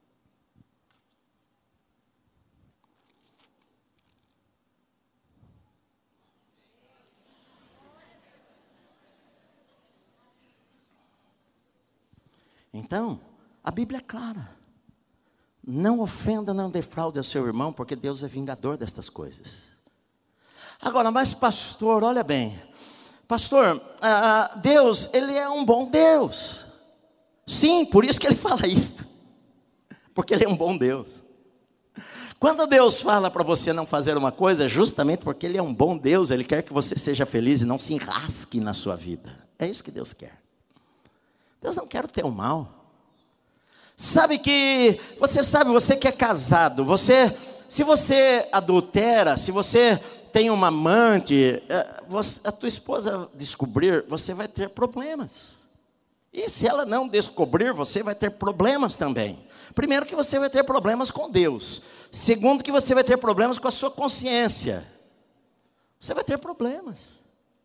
Então, a Bíblia é clara. Não ofenda, não defraude a seu irmão, porque Deus é vingador destas coisas. Agora, mas pastor, olha bem. Pastor, Deus, Ele é um bom Deus. Sim, por isso que Ele fala isso. Porque Ele é um bom Deus. Quando Deus fala para você não fazer uma coisa, é justamente porque Ele é um bom Deus. Ele quer que você seja feliz e não se enrasque na sua vida. É isso que Deus quer. Deus não quer o teu mal. Sabe que, você que é casado, se você adultera, se você tem uma amante, a tua esposa descobrir, você vai ter problemas. E se ela não descobrir, você vai ter problemas também. Primeiro que você vai ter problemas com Deus. Segundo que você vai ter problemas com a sua consciência. Você vai ter problemas.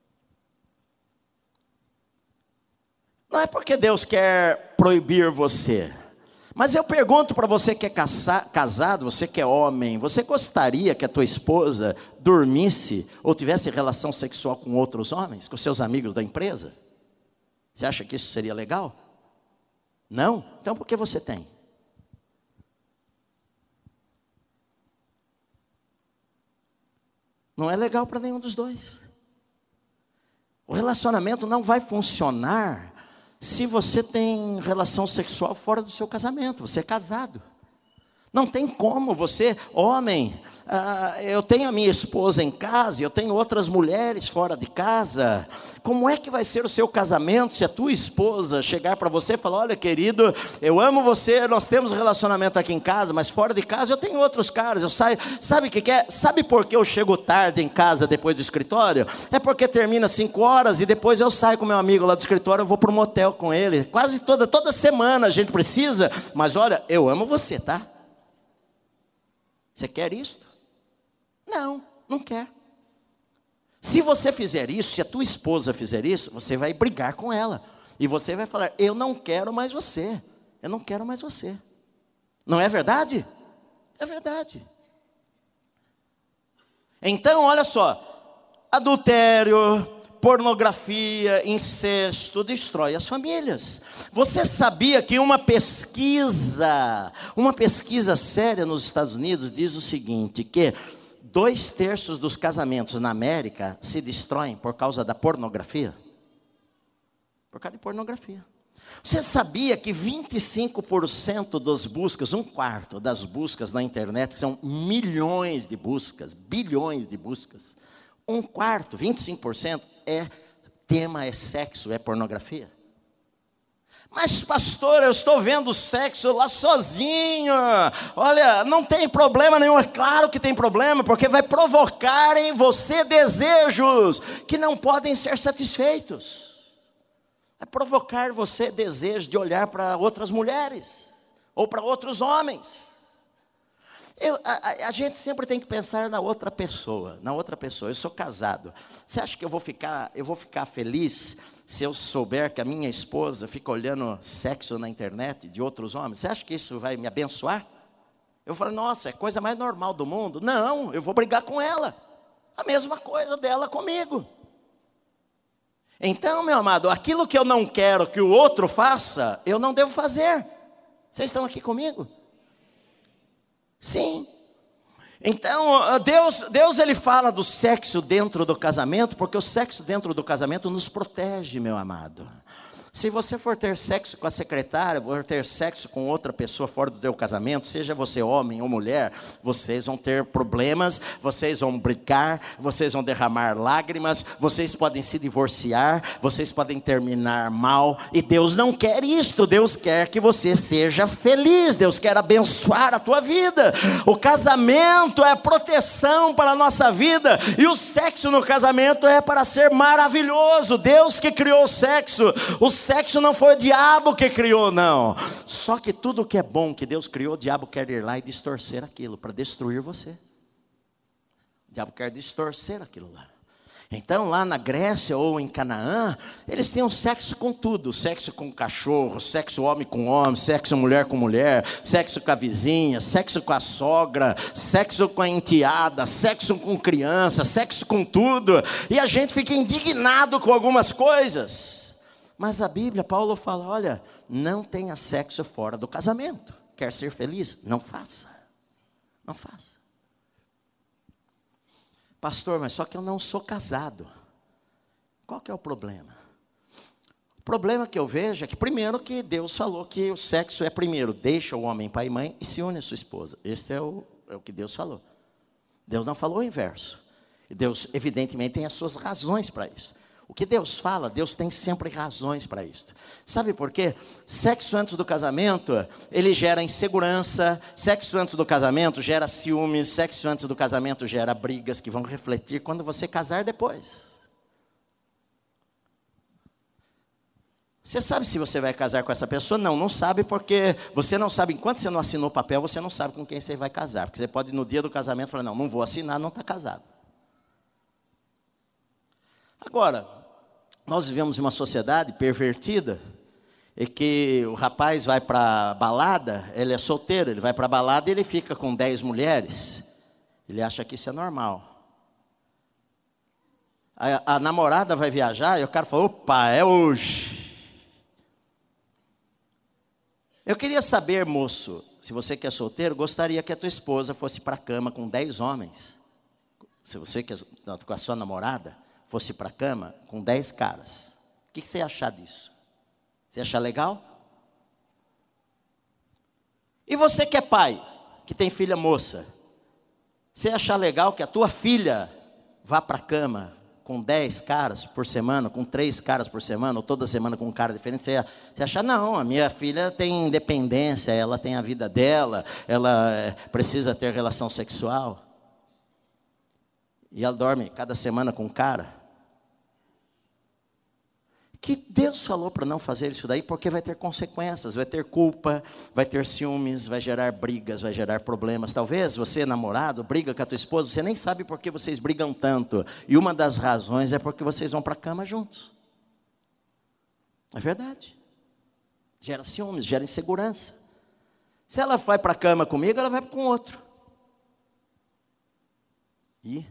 Não é porque Deus quer proibir você. Mas eu pergunto para você que é casado, você que é homem, você gostaria que a tua esposa dormisse ou tivesse relação sexual com outros homens, com seus amigos da empresa? Você acha que isso seria legal? Não? Então por que você tem? Não é legal para nenhum dos dois. O relacionamento não vai funcionar se você tem relação sexual fora do seu casamento. Você é casado. Não tem como você, homem, eu tenho a minha esposa em casa, eu tenho outras mulheres fora de casa. Como é que vai ser o seu casamento se a tua esposa chegar para você e falar: olha, querido, eu amo você, nós temos relacionamento aqui em casa, mas fora de casa eu tenho outros caras, eu saio. Sabe o que é? Sabe por que eu chego tarde em casa depois do escritório? É porque termina 5 horas e depois eu saio com meu amigo lá do escritório, eu vou para um motel com ele. Quase toda semana a gente precisa, mas olha, eu amo você, tá? Você quer isto? Não, não quer. Se você fizer isso, se a tua esposa fizer isso, você vai brigar com ela. E você vai falar: eu não quero mais você. Eu não quero mais você. Não é verdade? É verdade. Então, olha só. Adultério, pornografia, incesto, destrói as famílias. Você sabia que uma pesquisa séria nos Estados Unidos diz o seguinte, que 2/3 dos casamentos na América se destroem por causa da pornografia? Por causa de pornografia. Você sabia que 25% das buscas, 1/4 das buscas na internet, que são milhões de buscas, bilhões de buscas, 1/4, 25% tema é sexo, é pornografia. Mas pastor, eu estou vendo sexo lá sozinho. Olha, não tem problema nenhum. É claro que tem problema, porque vai provocar em você desejos que não podem ser satisfeitos. Vai provocar em você desejo de olhar para outras mulheres ou para outros homens. A gente sempre tem que pensar na outra pessoa, Eu sou casado. Você acha que eu vou ficar feliz se eu souber que a minha esposa fica olhando sexo na internet de outros homens? Você acha que isso vai me abençoar? Eu falo: nossa, é a coisa mais normal do mundo. Não, eu vou brigar com ela. A mesma coisa dela comigo. Então, meu amado, aquilo que eu não quero que o outro faça, eu não devo fazer. Vocês estão aqui comigo? Sim. Então, Deus ele fala do sexo dentro do casamento, porque o sexo dentro do casamento nos protege, meu amado. Se você for ter sexo com a secretária, for ter sexo com outra pessoa fora do teu casamento, seja você homem ou mulher, vocês vão ter problemas, vocês vão brigar, vocês vão derramar lágrimas, vocês podem se divorciar, vocês podem terminar mal, e Deus não quer isto. Deus quer que você seja feliz, Deus quer abençoar a tua vida. O casamento é proteção para a nossa vida, e o sexo no casamento é para ser maravilhoso. Deus que criou o sexo não foi o diabo que criou, não. Só que tudo que é bom que Deus criou, o diabo quer ir lá e distorcer aquilo, para destruir você. O diabo quer distorcer aquilo lá. Então lá na Grécia ou em Canaã, eles tinham sexo com tudo. Sexo com cachorro, sexo homem com homem, sexo mulher com mulher, sexo com a vizinha, sexo com a sogra, sexo com a enteada, sexo com criança, sexo com tudo. E a gente fica indignado com algumas coisas. Mas a Bíblia, Paulo fala: olha, não tenha sexo fora do casamento. Quer ser feliz? Não faça. Não faça. Pastor, mas só que eu não sou casado. Qual que é o problema? O problema que eu vejo é que, primeiro, que Deus falou que o sexo é primeiro. Deixa o homem pai e mãe e se une à sua esposa. Este é o que Deus falou. Deus não falou o inverso. E Deus, evidentemente, tem as suas razões para isso. O que Deus fala, Deus tem sempre razões para isso. Sabe por quê? Sexo antes do casamento, ele gera insegurança. Sexo antes do casamento gera ciúmes. Sexo antes do casamento gera brigas que vão refletir quando você casar depois. Você sabe se você vai casar com essa pessoa? Não, não sabe, porque você não sabe, enquanto você não assinou o papel, você não sabe com quem você vai casar. Porque você pode, no dia do casamento, falar, não vou assinar, não está casado. Agora, nós vivemos em uma sociedade pervertida, e que o rapaz vai para a balada, ele é solteiro, ele vai para a balada e ele fica com 10 mulheres. Ele acha que isso é normal. A namorada vai viajar e o cara fala, opa, é hoje. Eu queria saber, moço, se você que é solteiro, gostaria que a tua esposa fosse para a cama com 10 homens. Se você que é com a sua namorada, fosse para a cama com 10 caras. O que você ia achar disso? Você acha legal? E você que é pai, que tem filha moça, você acha legal que a tua filha vá para a cama com 10 caras por semana, com 3 caras por semana, ou toda semana com um cara diferente? Você acha, não, a minha filha tem independência, ela tem a vida dela, ela precisa ter relação sexual. E ela dorme cada semana com um cara. Que Deus falou para não fazer isso daí, porque vai ter consequências, vai ter culpa, vai ter ciúmes, vai gerar brigas, vai gerar problemas. Talvez você, namorado, briga com a tua esposa, você nem sabe por que vocês brigam tanto. E uma das razões é porque vocês vão para a cama juntos. É verdade. Gera ciúmes, gera insegurança. Se ela vai para a cama comigo, ela vai com outro. E...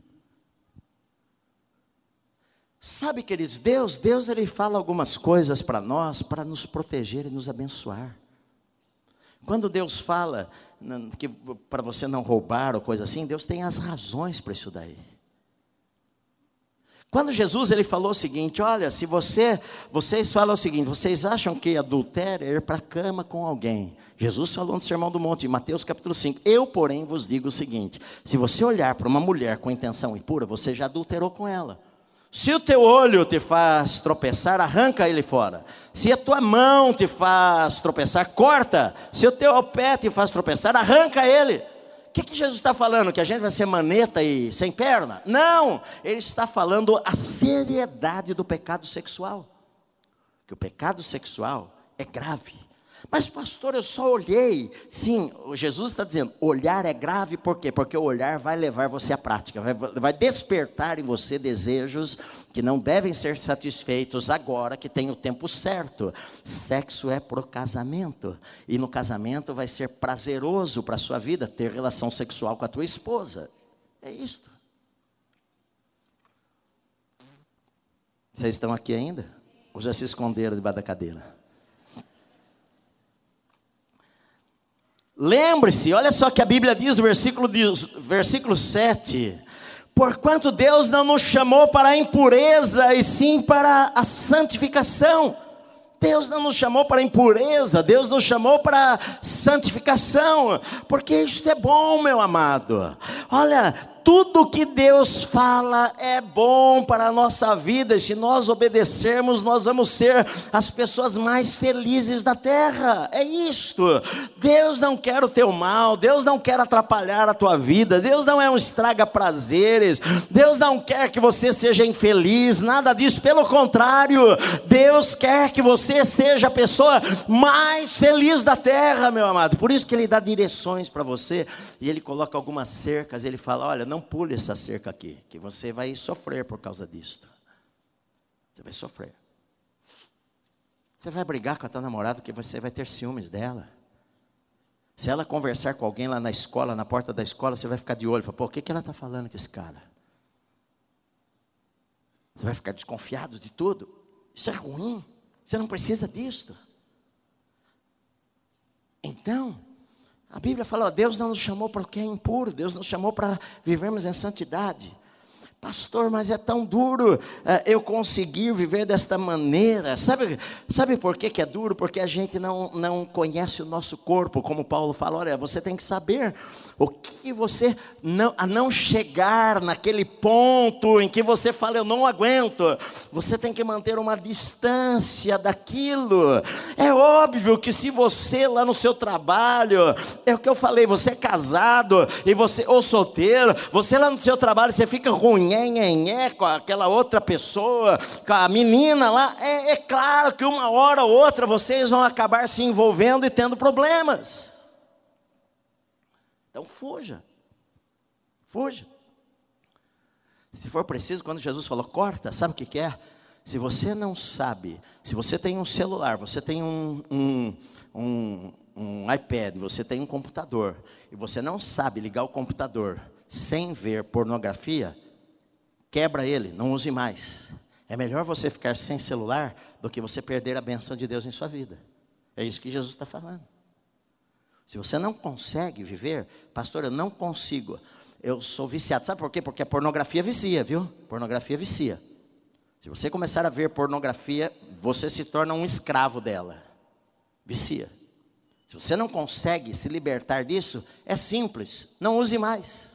sabe, queridos, Deus ele fala algumas coisas para nós, para nos proteger e nos abençoar. Quando Deus fala que para você não roubar ou coisa assim, Deus tem as razões para isso daí. Quando Jesus ele falou o seguinte, olha, se vocês falam o seguinte, vocês acham que adultério é ir para a cama com alguém. Jesus falou no Sermão do Monte, em Mateus capítulo 5, eu, porém, vos digo o seguinte, se você olhar para uma mulher com intenção impura, você já adulterou com ela. Se o teu olho te faz tropeçar, arranca ele fora. Se a tua mão te faz tropeçar, corta. Se o teu pé te faz tropeçar, arranca ele. O que Jesus está falando? Que a gente vai ser maneta e sem perna? Não, ele está falando a seriedade do pecado sexual. Que o pecado sexual é grave. Mas pastor, eu só olhei. Sim, Jesus está dizendo, olhar é grave, por quê? Porque o olhar vai levar você à prática, vai despertar em você desejos que não devem ser satisfeitos agora, que tem o tempo certo. Sexo é pro casamento, e no casamento vai ser prazeroso para a sua vida, ter relação sexual com a tua esposa. É isto. Vocês estão aqui ainda? Ou já se esconderam debaixo da cadeira? Lembre-se, olha só que a Bíblia diz no versículo 7. Porquanto Deus não nos chamou para a impureza, e sim para a santificação. Deus não nos chamou para a impureza, Deus nos chamou para a santificação. Porque isto é bom, meu amado. Olha, tudo que Deus fala é bom para a nossa vida. Se nós obedecermos, nós vamos ser as pessoas mais felizes da terra. É isto. Deus não quer o teu mal, Deus não quer atrapalhar a tua vida, Deus não é um estraga-prazeres, Deus não quer que você seja infeliz, nada disso, pelo contrário, Deus quer que você seja a pessoa mais feliz da terra, meu amado. Por isso que Ele dá direções para você, e Ele coloca algumas cercas, Ele fala, olha, não pule essa cerca aqui, que você vai sofrer por causa disto. Você vai sofrer. Você vai brigar com a tua namorada, que você vai ter ciúmes dela. Se ela conversar com alguém lá na escola, na porta da escola, você vai ficar de olho, fala, pô, o que ela está falando com esse cara? Você vai ficar desconfiado de tudo. Isso é ruim, você não precisa disto. Então, a Bíblia fala, Deus não nos chamou para o que é impuro, Deus nos chamou para vivermos em santidade. Pastor, mas é tão duro eu conseguir viver desta maneira. Sabe por que é duro? Porque a gente não conhece o nosso corpo. Como Paulo fala, olha, você tem que saber o que você não chegar naquele ponto em que você fala, eu não aguento. Você tem que manter uma distância daquilo. É óbvio que se você lá no seu trabalho, é o que eu falei, você é casado e você, ou solteiro, você lá no seu trabalho, você fica ruim, nhenhenhé com aquela outra pessoa, com a menina lá, é claro que uma hora ou outra vocês vão acabar se envolvendo e tendo problemas. Então fuja. Fuja. Se for preciso, quando Jesus falou corta, sabe o que é? Se você não sabe, se você tem um celular, você tem um iPad, você tem um computador, e você não sabe ligar o computador sem ver pornografia, quebra ele, não use mais. É melhor você ficar sem celular do que você perder a bênção de Deus em sua vida. É isso que Jesus está falando. Se você não consegue viver, pastor, eu não consigo, eu sou viciado. Sabe por quê? Porque a pornografia vicia, viu? Pornografia vicia. Se você começar a ver pornografia, você se torna um escravo dela. Vicia. Se você não consegue se libertar disso, é simples, não use mais.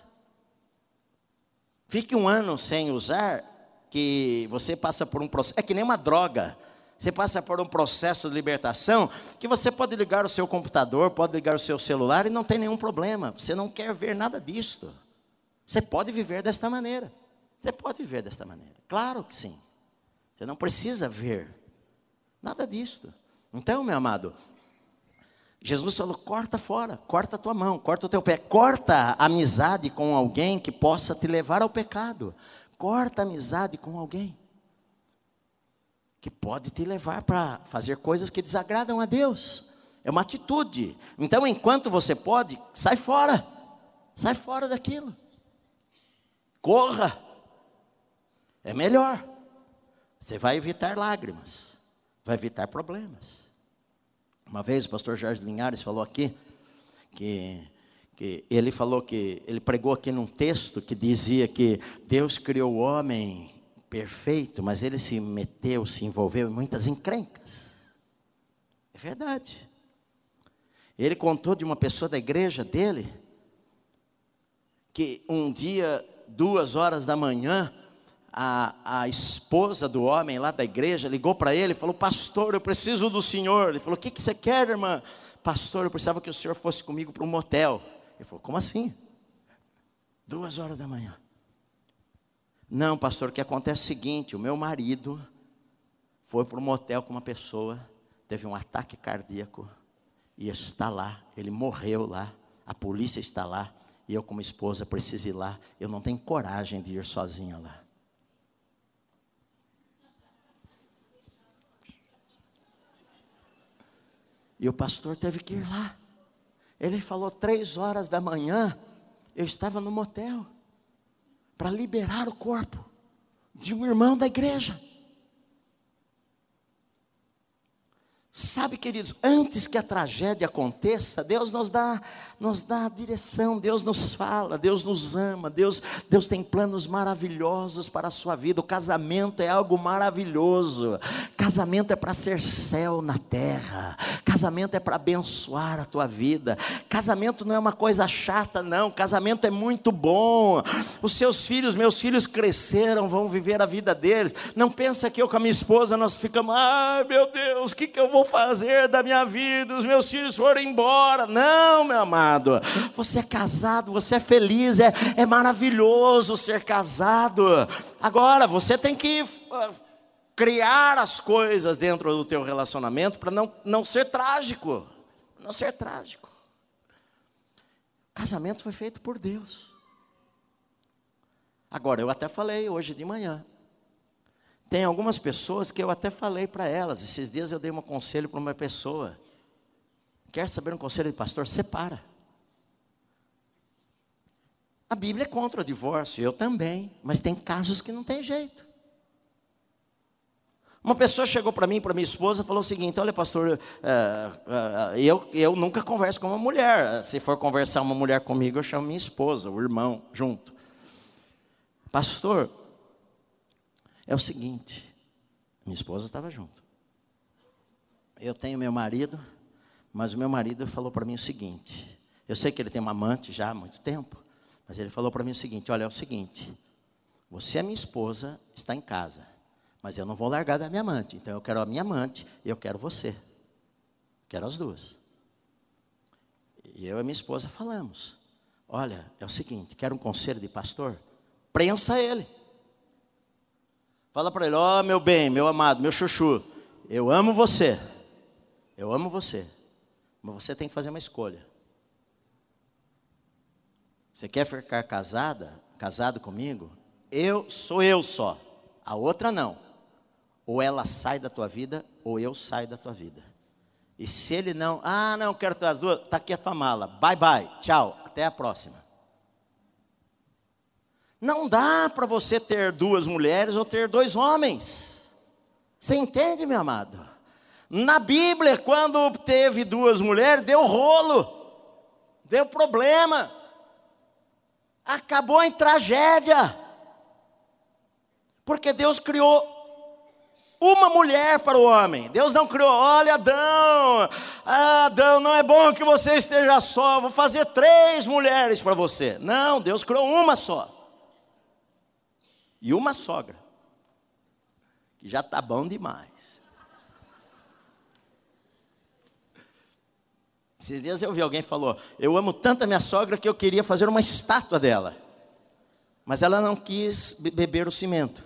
Fique um ano sem usar, que você passa por um processo, é que nem uma droga. Você passa por um processo de libertação, que você pode ligar o seu computador, pode ligar o seu celular e não tem nenhum problema. Você não quer ver nada disto. Você pode viver desta maneira. Você pode viver desta maneira, claro que sim. Você não precisa ver nada disto. Então, meu amado, Jesus falou, corta fora, corta a tua mão, corta o teu pé. Corta a amizade com alguém que possa te levar ao pecado. Corta a amizade com alguém que pode te levar para fazer coisas que desagradam a Deus. É uma atitude. Então, enquanto você pode, sai fora. Sai fora daquilo. Corra. É melhor. Você vai evitar lágrimas, vai evitar problemas. Uma vez o pastor Jorge Linhares falou aqui, que ele falou que, ele pregou aqui num texto que dizia que Deus criou o homem perfeito, mas ele se meteu, se envolveu em muitas encrencas. É verdade. Ele contou de uma pessoa da igreja dele, que um dia, 2h da manhã, a esposa do homem lá da igreja ligou para ele e falou, pastor, eu preciso do senhor. Ele falou, o que você quer, irmã? Pastor, eu precisava que o senhor fosse comigo para um motel. Ele falou, como assim? 2h da manhã. Não, pastor, o que acontece é o seguinte, o meu marido foi para um motel com uma pessoa, teve um ataque cardíaco, e está lá, ele morreu lá, a polícia está lá, e eu como esposa preciso ir lá, eu não tenho coragem de ir sozinha lá. E o pastor teve que ir lá. Ele falou, 3h da manhã, eu estava no motel, para liberar o corpo de um irmão da igreja. Sabe, queridos, antes que a tragédia aconteça, Deus nos dá a direção, Deus nos fala, Deus nos ama, Deus tem planos maravilhosos para a sua vida. O casamento é algo maravilhoso, casamento é para ser céu na terra, casamento é para abençoar a tua vida, casamento não é uma coisa chata não, casamento é muito bom. Os seus filhos, meus filhos cresceram, vão viver a vida deles. Não pensa que eu com a minha esposa, nós ficamos, ai meu Deus, o que eu vou fazer da minha vida, os meus filhos foram embora. Não, meu amado, você é casado, você é feliz, é maravilhoso ser casado. Agora, você tem que criar as coisas dentro do teu relacionamento para não ser trágico, não ser trágico. O casamento foi feito por Deus. Agora, eu até falei hoje de manhã, tem algumas pessoas que eu até falei para elas, esses dias eu dei um conselho para uma pessoa, quer saber um conselho de pastor? Separa. A Bíblia é contra o divórcio, eu também, mas tem casos que não tem jeito. Uma pessoa chegou para mim, para minha esposa, falou o seguinte, olha pastor, eu nunca converso com uma mulher, se for conversar uma mulher comigo, eu chamo minha esposa, o irmão, junto. Pastor, é o seguinte, minha esposa estava junto. Eu tenho meu marido, mas o meu marido falou para mim o seguinte, eu sei que ele tem uma amante já há muito tempo, mas ele falou para mim o seguinte, olha, é o seguinte, você é minha esposa, está em casa, mas eu não vou largar da minha amante, então eu quero a minha amante e eu quero você. Quero as duas. E eu e minha esposa falamos, olha, é o seguinte, quero um conselho de pastor? Prensa ele. Fala para ele: ó, meu bem, meu amado, meu chuchu, eu amo você. Eu amo você. Mas você tem que fazer uma escolha. Você quer ficar casado comigo? Sou eu só. A outra não. Ou ela sai da tua vida, ou eu saio da tua vida. E se ele não, não quero as duas, está aqui a tua mala. Bye, bye, tchau, até a próxima. Não dá para você ter duas mulheres ou ter dois homens. Você entende, meu amado? Na Bíblia, quando teve duas mulheres, deu rolo. Deu problema. Acabou em tragédia. Porque Deus criou uma mulher para o homem. Deus não criou: olha, Adão, Adão, não é bom que você esteja só, vou fazer 3 mulheres para você. Não, Deus criou uma só. E uma sogra, que já está bom demais. Esses dias eu vi alguém que falou: eu amo tanto a minha sogra que eu queria fazer uma estátua dela. Mas ela não quis beber o cimento.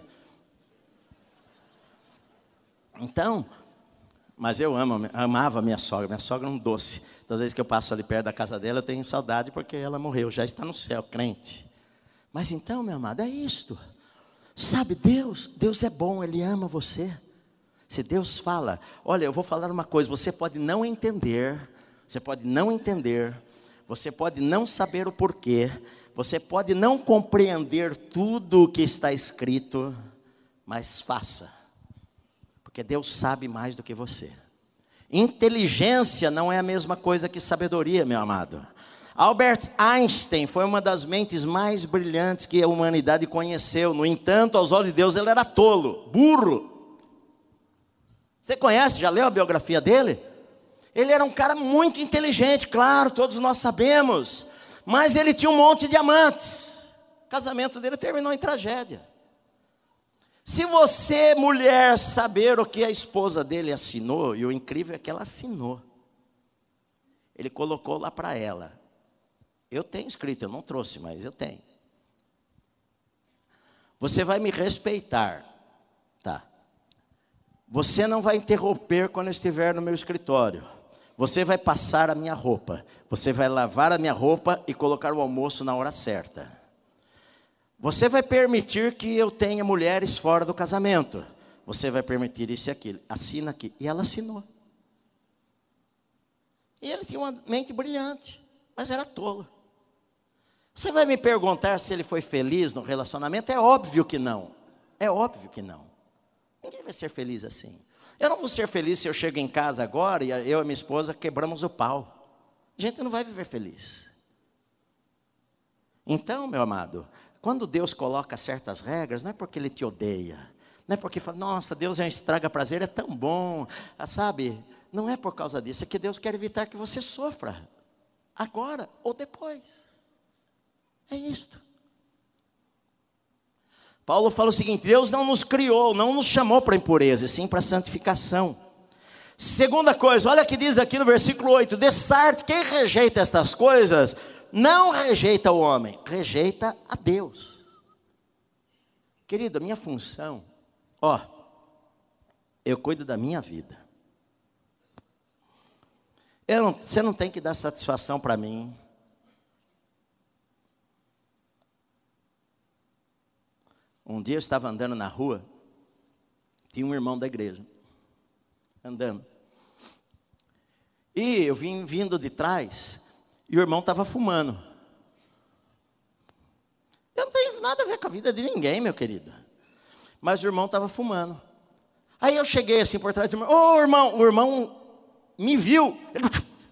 Então, mas eu amava minha sogra. Minha sogra é um doce. Toda vez que eu passo ali perto da casa dela, eu tenho saudade porque ela morreu, já está no céu, crente. Mas então, meu amado, é isto. Sabe, Deus é bom, Ele ama você. Se Deus fala: olha, eu vou falar uma coisa, você pode não entender, você pode não saber o porquê, você pode não compreender tudo o que está escrito, mas faça. Porque Deus sabe mais do que você. Inteligência não é a mesma coisa que sabedoria, meu amado. Albert Einstein foi uma das mentes mais brilhantes que a humanidade conheceu. No entanto, aos olhos de Deus, ele era tolo, burro. Você conhece, já leu a biografia dele? Ele era um cara muito inteligente, claro, todos nós sabemos. Mas ele tinha um monte de amantes. O casamento dele terminou em tragédia. Se você, mulher, saber o que a esposa dele assinou, e o incrível é que ela assinou. Ele colocou lá para ela. Eu tenho escrito, eu não trouxe, mas eu tenho. Você vai me respeitar, tá? Você não vai interromper quando eu estiver no meu escritório. Você vai passar a minha roupa. Você vai lavar a minha roupa e colocar o almoço na hora certa. Você vai permitir que eu tenha mulheres fora do casamento. Você vai permitir isso e aquilo. Assina aqui. E ela assinou. E ele tinha uma mente brilhante, mas era tolo. Você vai me perguntar se ele foi feliz no relacionamento? É óbvio que não. É óbvio que não. Ninguém vai ser feliz assim. Eu não vou ser feliz se eu chego em casa agora e eu e minha esposa quebramos o pau. A gente não vai viver feliz. Então, meu amado, quando Deus coloca certas regras, não é porque Ele te odeia. Não é porque fala: nossa, Deus é um estraga-prazer, é tão bom. Sabe? Não é por causa disso. É que Deus quer evitar que você sofra. Agora ou depois. É isto. Paulo fala o seguinte: Deus não nos criou, não nos chamou para impureza, e sim para santificação. Segunda coisa, olha o que diz aqui no versículo 8: de certo, quem rejeita estas coisas, não rejeita o homem, rejeita a Deus. Querido, a minha função, eu cuido da minha vida. Você não tem que dar satisfação para mim. Um dia eu estava andando na rua, tinha um irmão da igreja, andando. E eu vim vindo de trás, e o irmão estava fumando. Eu não tenho nada a ver com a vida de ninguém, meu querido. Mas o irmão estava fumando. Aí eu cheguei assim por trás do irmão. Irmão, o irmão me viu. Ele...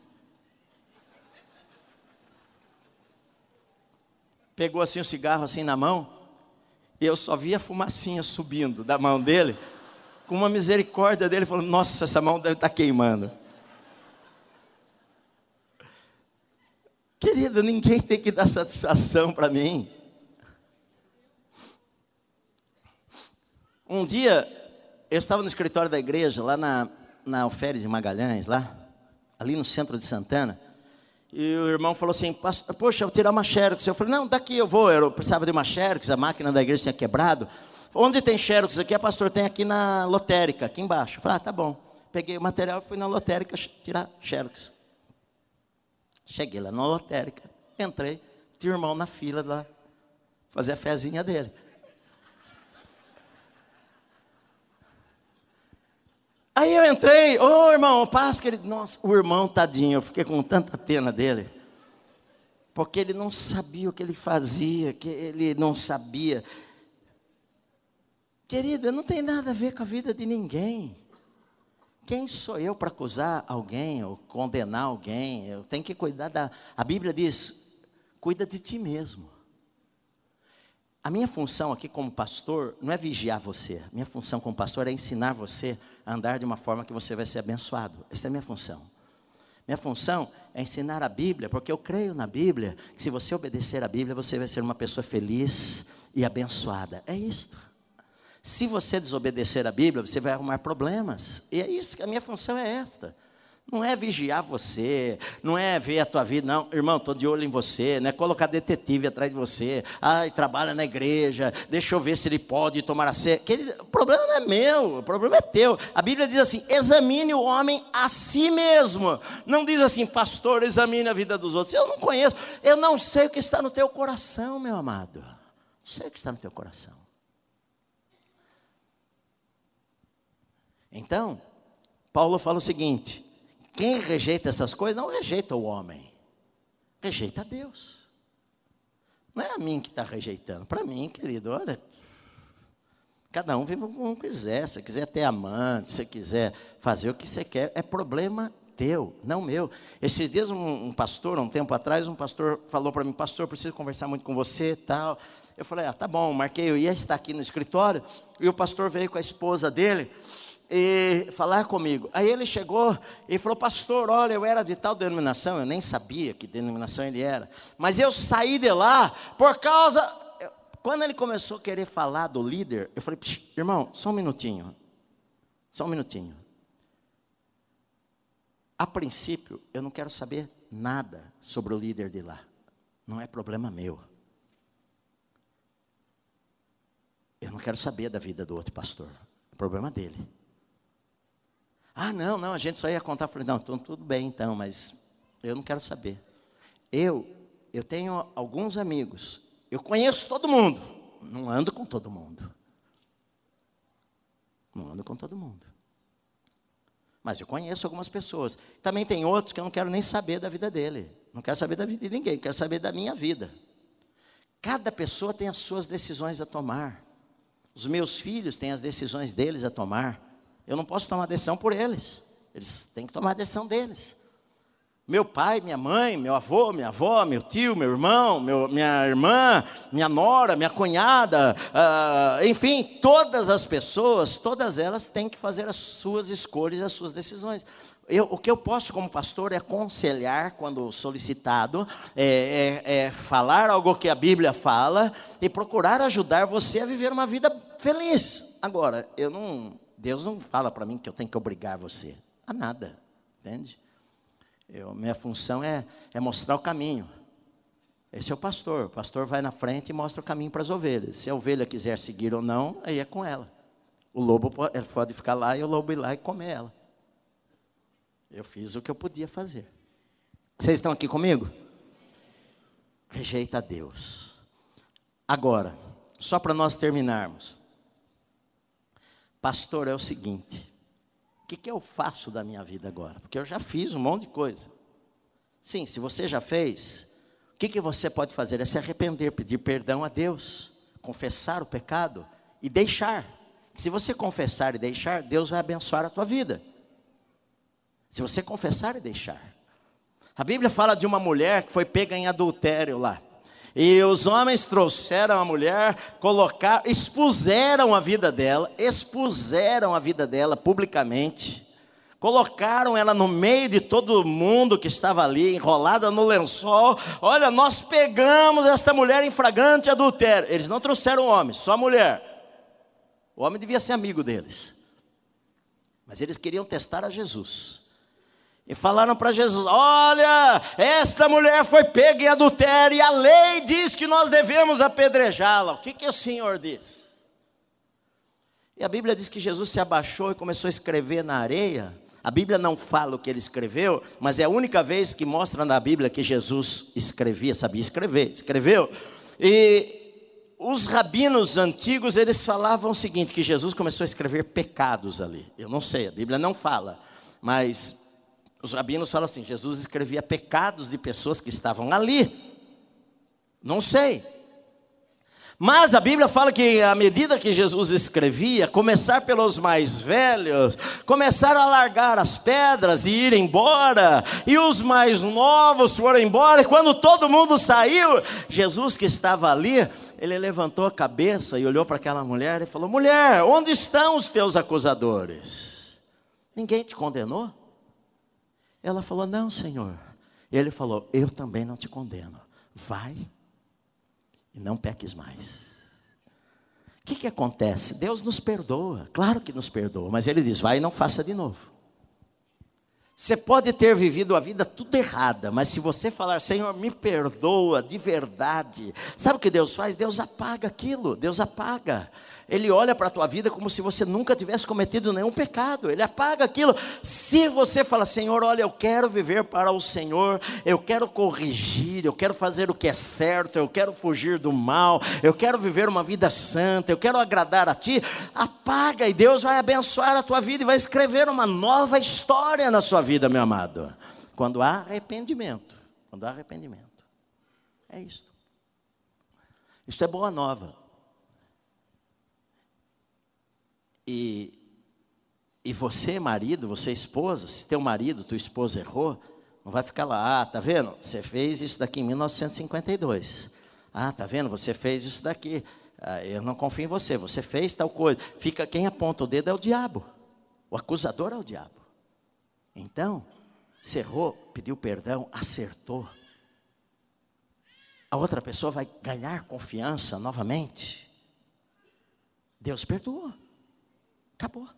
pegou assim o cigarro assim na mão. E eu só via a fumacinha subindo da mão dele. Com uma misericórdia dele, falando: nossa, essa mão deve estar queimando. Querido, ninguém tem que dar satisfação para mim. Um dia, eu estava no escritório da igreja, lá na Alferes de Magalhães, lá, ali no centro de Santana. E o irmão falou assim: poxa, eu vou tirar uma xerox. Eu falei: não, daqui eu vou. Eu precisava de uma xerox, a máquina da igreja tinha quebrado. Onde tem xerox aqui? A pastor tem aqui na lotérica, aqui embaixo. Eu falei, tá bom. Peguei o material e fui na lotérica tirar xerox. Cheguei lá na lotérica, entrei, tinha o irmão na fila lá, fazer a fezinha dele. Aí eu entrei, irmão, paz, querido. Nossa, o irmão, tadinho, eu fiquei com tanta pena dele. Porque ele não sabia o que ele fazia, que ele não sabia. Querido, não tem nada a ver com a vida de ninguém. Quem sou eu para acusar alguém ou condenar alguém? Eu tenho que cuidar da... A Bíblia diz, cuida de ti mesmo. A minha função aqui como pastor não é vigiar você. Minha função como pastor é ensinar você a andar de uma forma que você vai ser abençoado. Essa é a minha função. Minha função é ensinar a Bíblia, porque eu creio na Bíblia, que se você obedecer a Bíblia, você vai ser uma pessoa feliz e abençoada. É isto. Se você desobedecer a Bíblia, você vai arrumar problemas. E é isso que a minha função é esta. Não é vigiar você, não é ver a tua vida, não, irmão, estou de olho em você, não é colocar detetive atrás de você, trabalha na igreja, deixa eu ver se ele pode tomar a ceia. O problema não é meu, o problema é teu. A Bíblia diz assim, examine o homem a si mesmo. Não diz assim, pastor, examine a vida dos outros. Eu não conheço, eu não sei o que está no teu coração, meu amado. Não sei o que está no teu coração. Então, Paulo fala o seguinte, quem rejeita essas coisas, não rejeita o homem, rejeita a Deus. Não é a mim que está rejeitando, para mim, querido, olha, cada um vive como quiser, se quiser ter amante, se quiser fazer o que você quer, é problema teu, não meu. Esses dias um pastor, um tempo atrás, um pastor falou para mim, pastor, preciso conversar muito com você e tal. Eu falei, tá bom, marquei, eu ia estar aqui no escritório, e o pastor veio com a esposa dele, e falar comigo. Aí ele chegou e falou, pastor, olha, eu era de tal denominação, eu nem sabia que denominação ele era, mas eu saí de lá por causa... Quando ele começou a querer falar do líder, eu falei, irmão, só um minutinho. A princípio, eu não quero saber nada sobre o líder de lá. Não é problema meu. Eu não quero saber da vida do outro pastor. É problema dele. Não, a gente só ia contar. Eu falei, não, então tudo bem então, mas eu não quero saber. Eu tenho alguns amigos, eu conheço todo mundo, não ando com todo mundo. Mas eu conheço algumas pessoas. Também tem outros que eu não quero nem saber da vida dele. Não quero saber da vida de ninguém, quero saber da minha vida. Cada pessoa tem as suas decisões a tomar. Os meus filhos têm as decisões deles a tomar. Eu não posso tomar decisão por eles. Eles têm que tomar a decisão deles. Meu pai, minha mãe, meu avô, minha avó, meu tio, meu irmão, minha irmã, minha nora, minha cunhada, enfim, todas as pessoas, todas elas têm que fazer as suas escolhas, as suas decisões. O que eu posso como pastor é aconselhar quando solicitado, falar algo que a Bíblia fala e procurar ajudar você a viver uma vida feliz. Agora, Deus não fala para mim que eu tenho que obrigar você a nada, entende? Minha função é mostrar o caminho. Esse é o pastor vai na frente e mostra o caminho para as ovelhas. Se a ovelha quiser seguir ou não, aí é com ela. O lobo pode ficar lá e o lobo ir lá e comer ela. Eu fiz o que eu podia fazer. Vocês estão aqui comigo? Rejeita a Deus. Agora, só para nós terminarmos. Pastor, é o seguinte, o que eu faço da minha vida agora? Porque eu já fiz um monte de coisa. Sim, se você já fez, o que você pode fazer? É se arrepender, pedir perdão a Deus, confessar o pecado e deixar. Se você confessar e deixar, Deus vai abençoar a tua vida. Se você confessar e deixar. A Bíblia fala de uma mulher que foi pega em adultério lá. E os homens trouxeram a mulher, expuseram a vida dela publicamente, colocaram ela no meio de todo mundo que estava ali, enrolada no lençol. Olha, nós pegamos esta mulher em flagrante adultério. Eles não trouxeram o homem, só a mulher. O homem devia ser amigo deles, mas eles queriam testar a Jesus. E falaram para Jesus, olha, esta mulher foi pega em adultério e a lei diz que nós devemos apedrejá-la. O que o Senhor diz? E a Bíblia diz que Jesus se abaixou e começou a escrever na areia. A Bíblia não fala o que ele escreveu, mas é a única vez que mostra na Bíblia que Jesus escrevia, sabia escrever, escreveu. E os rabinos antigos, eles falavam o seguinte, que Jesus começou a escrever pecados ali. Eu não sei, a Bíblia não fala, mas os rabinos falam assim, Jesus escrevia pecados de pessoas que estavam ali. Não sei. Mas a Bíblia fala que à medida que Jesus escrevia, começar pelos mais velhos, começaram a largar as pedras e ir embora, e os mais novos foram embora, e quando todo mundo saiu, Jesus que estava ali, ele levantou a cabeça e olhou para aquela mulher e falou, mulher, onde estão os teus acusadores? Ninguém te condenou? Ela falou, não, Senhor. E ele falou, eu também não te condeno, vai e não peques mais. O que acontece? Deus nos perdoa, claro que nos perdoa, mas Ele diz, vai e não faça de novo. Você pode ter vivido a vida tudo errada, mas se você falar, Senhor, me perdoa de verdade, sabe o que Deus faz? Deus apaga aquilo, Deus apaga. Ele olha para a tua vida como se você nunca tivesse cometido nenhum pecado, Ele apaga aquilo. Se você fala, Senhor, olha, eu quero viver para o Senhor, eu quero corrigir, eu quero fazer o que é certo, eu quero fugir do mal, eu quero viver uma vida santa, eu quero agradar a Ti, apaga e Deus vai abençoar a tua vida e vai escrever uma nova história na sua vida, meu amado. Quando há arrependimento, é isto. Isto é boa nova. E você, marido, você, esposa, se teu marido, tua esposa errou, não vai ficar lá, tá vendo? Você fez isso daqui em 1952. Tá vendo? Você fez isso daqui. Eu não confio em você, você fez tal coisa. Fica, quem aponta o dedo é o diabo. O acusador é o diabo. Então, se errou, pediu perdão, acertou. A outra pessoa vai ganhar confiança novamente. Deus perdoou. Acabou.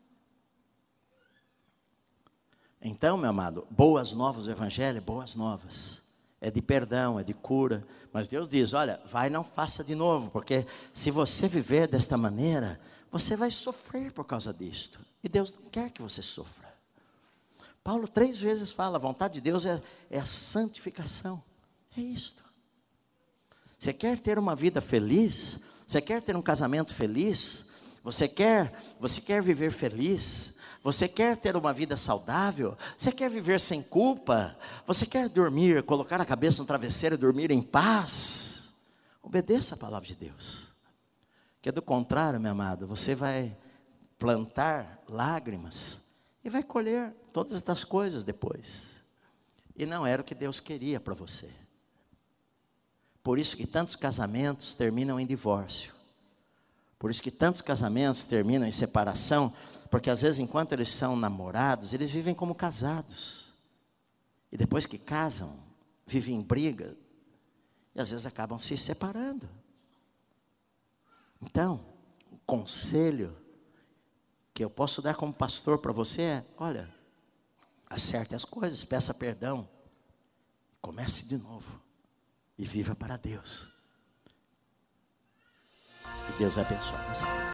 Então, meu amado, boas novas do Evangelho, boas novas. É de perdão, é de cura. Mas Deus diz, olha, vai e não faça de novo. Porque se você viver desta maneira, você vai sofrer por causa disto. E Deus não quer que você sofra. Paulo 3 vezes fala, a vontade de Deus é a santificação. É isto. Você quer ter uma vida feliz? Você quer ter um casamento feliz? Você quer viver feliz? Você quer ter uma vida saudável? Você quer viver sem culpa? Você quer dormir, colocar a cabeça no travesseiro e dormir em paz? Obedeça a palavra de Deus. Porque do contrário, meu amado, você vai plantar lágrimas e vai colher todas estas coisas depois. E não era o que Deus queria para você. Por isso que tantos casamentos terminam em divórcio. Por isso que tantos casamentos terminam em separação, porque às vezes enquanto eles são namorados, eles vivem como casados. E depois que casam, vivem em briga, e às vezes acabam se separando. Então, o conselho que eu posso dar como pastor para você é, olha, acerte as coisas, peça perdão, comece de novo, e viva para Deus. E Deus vai abençoar você.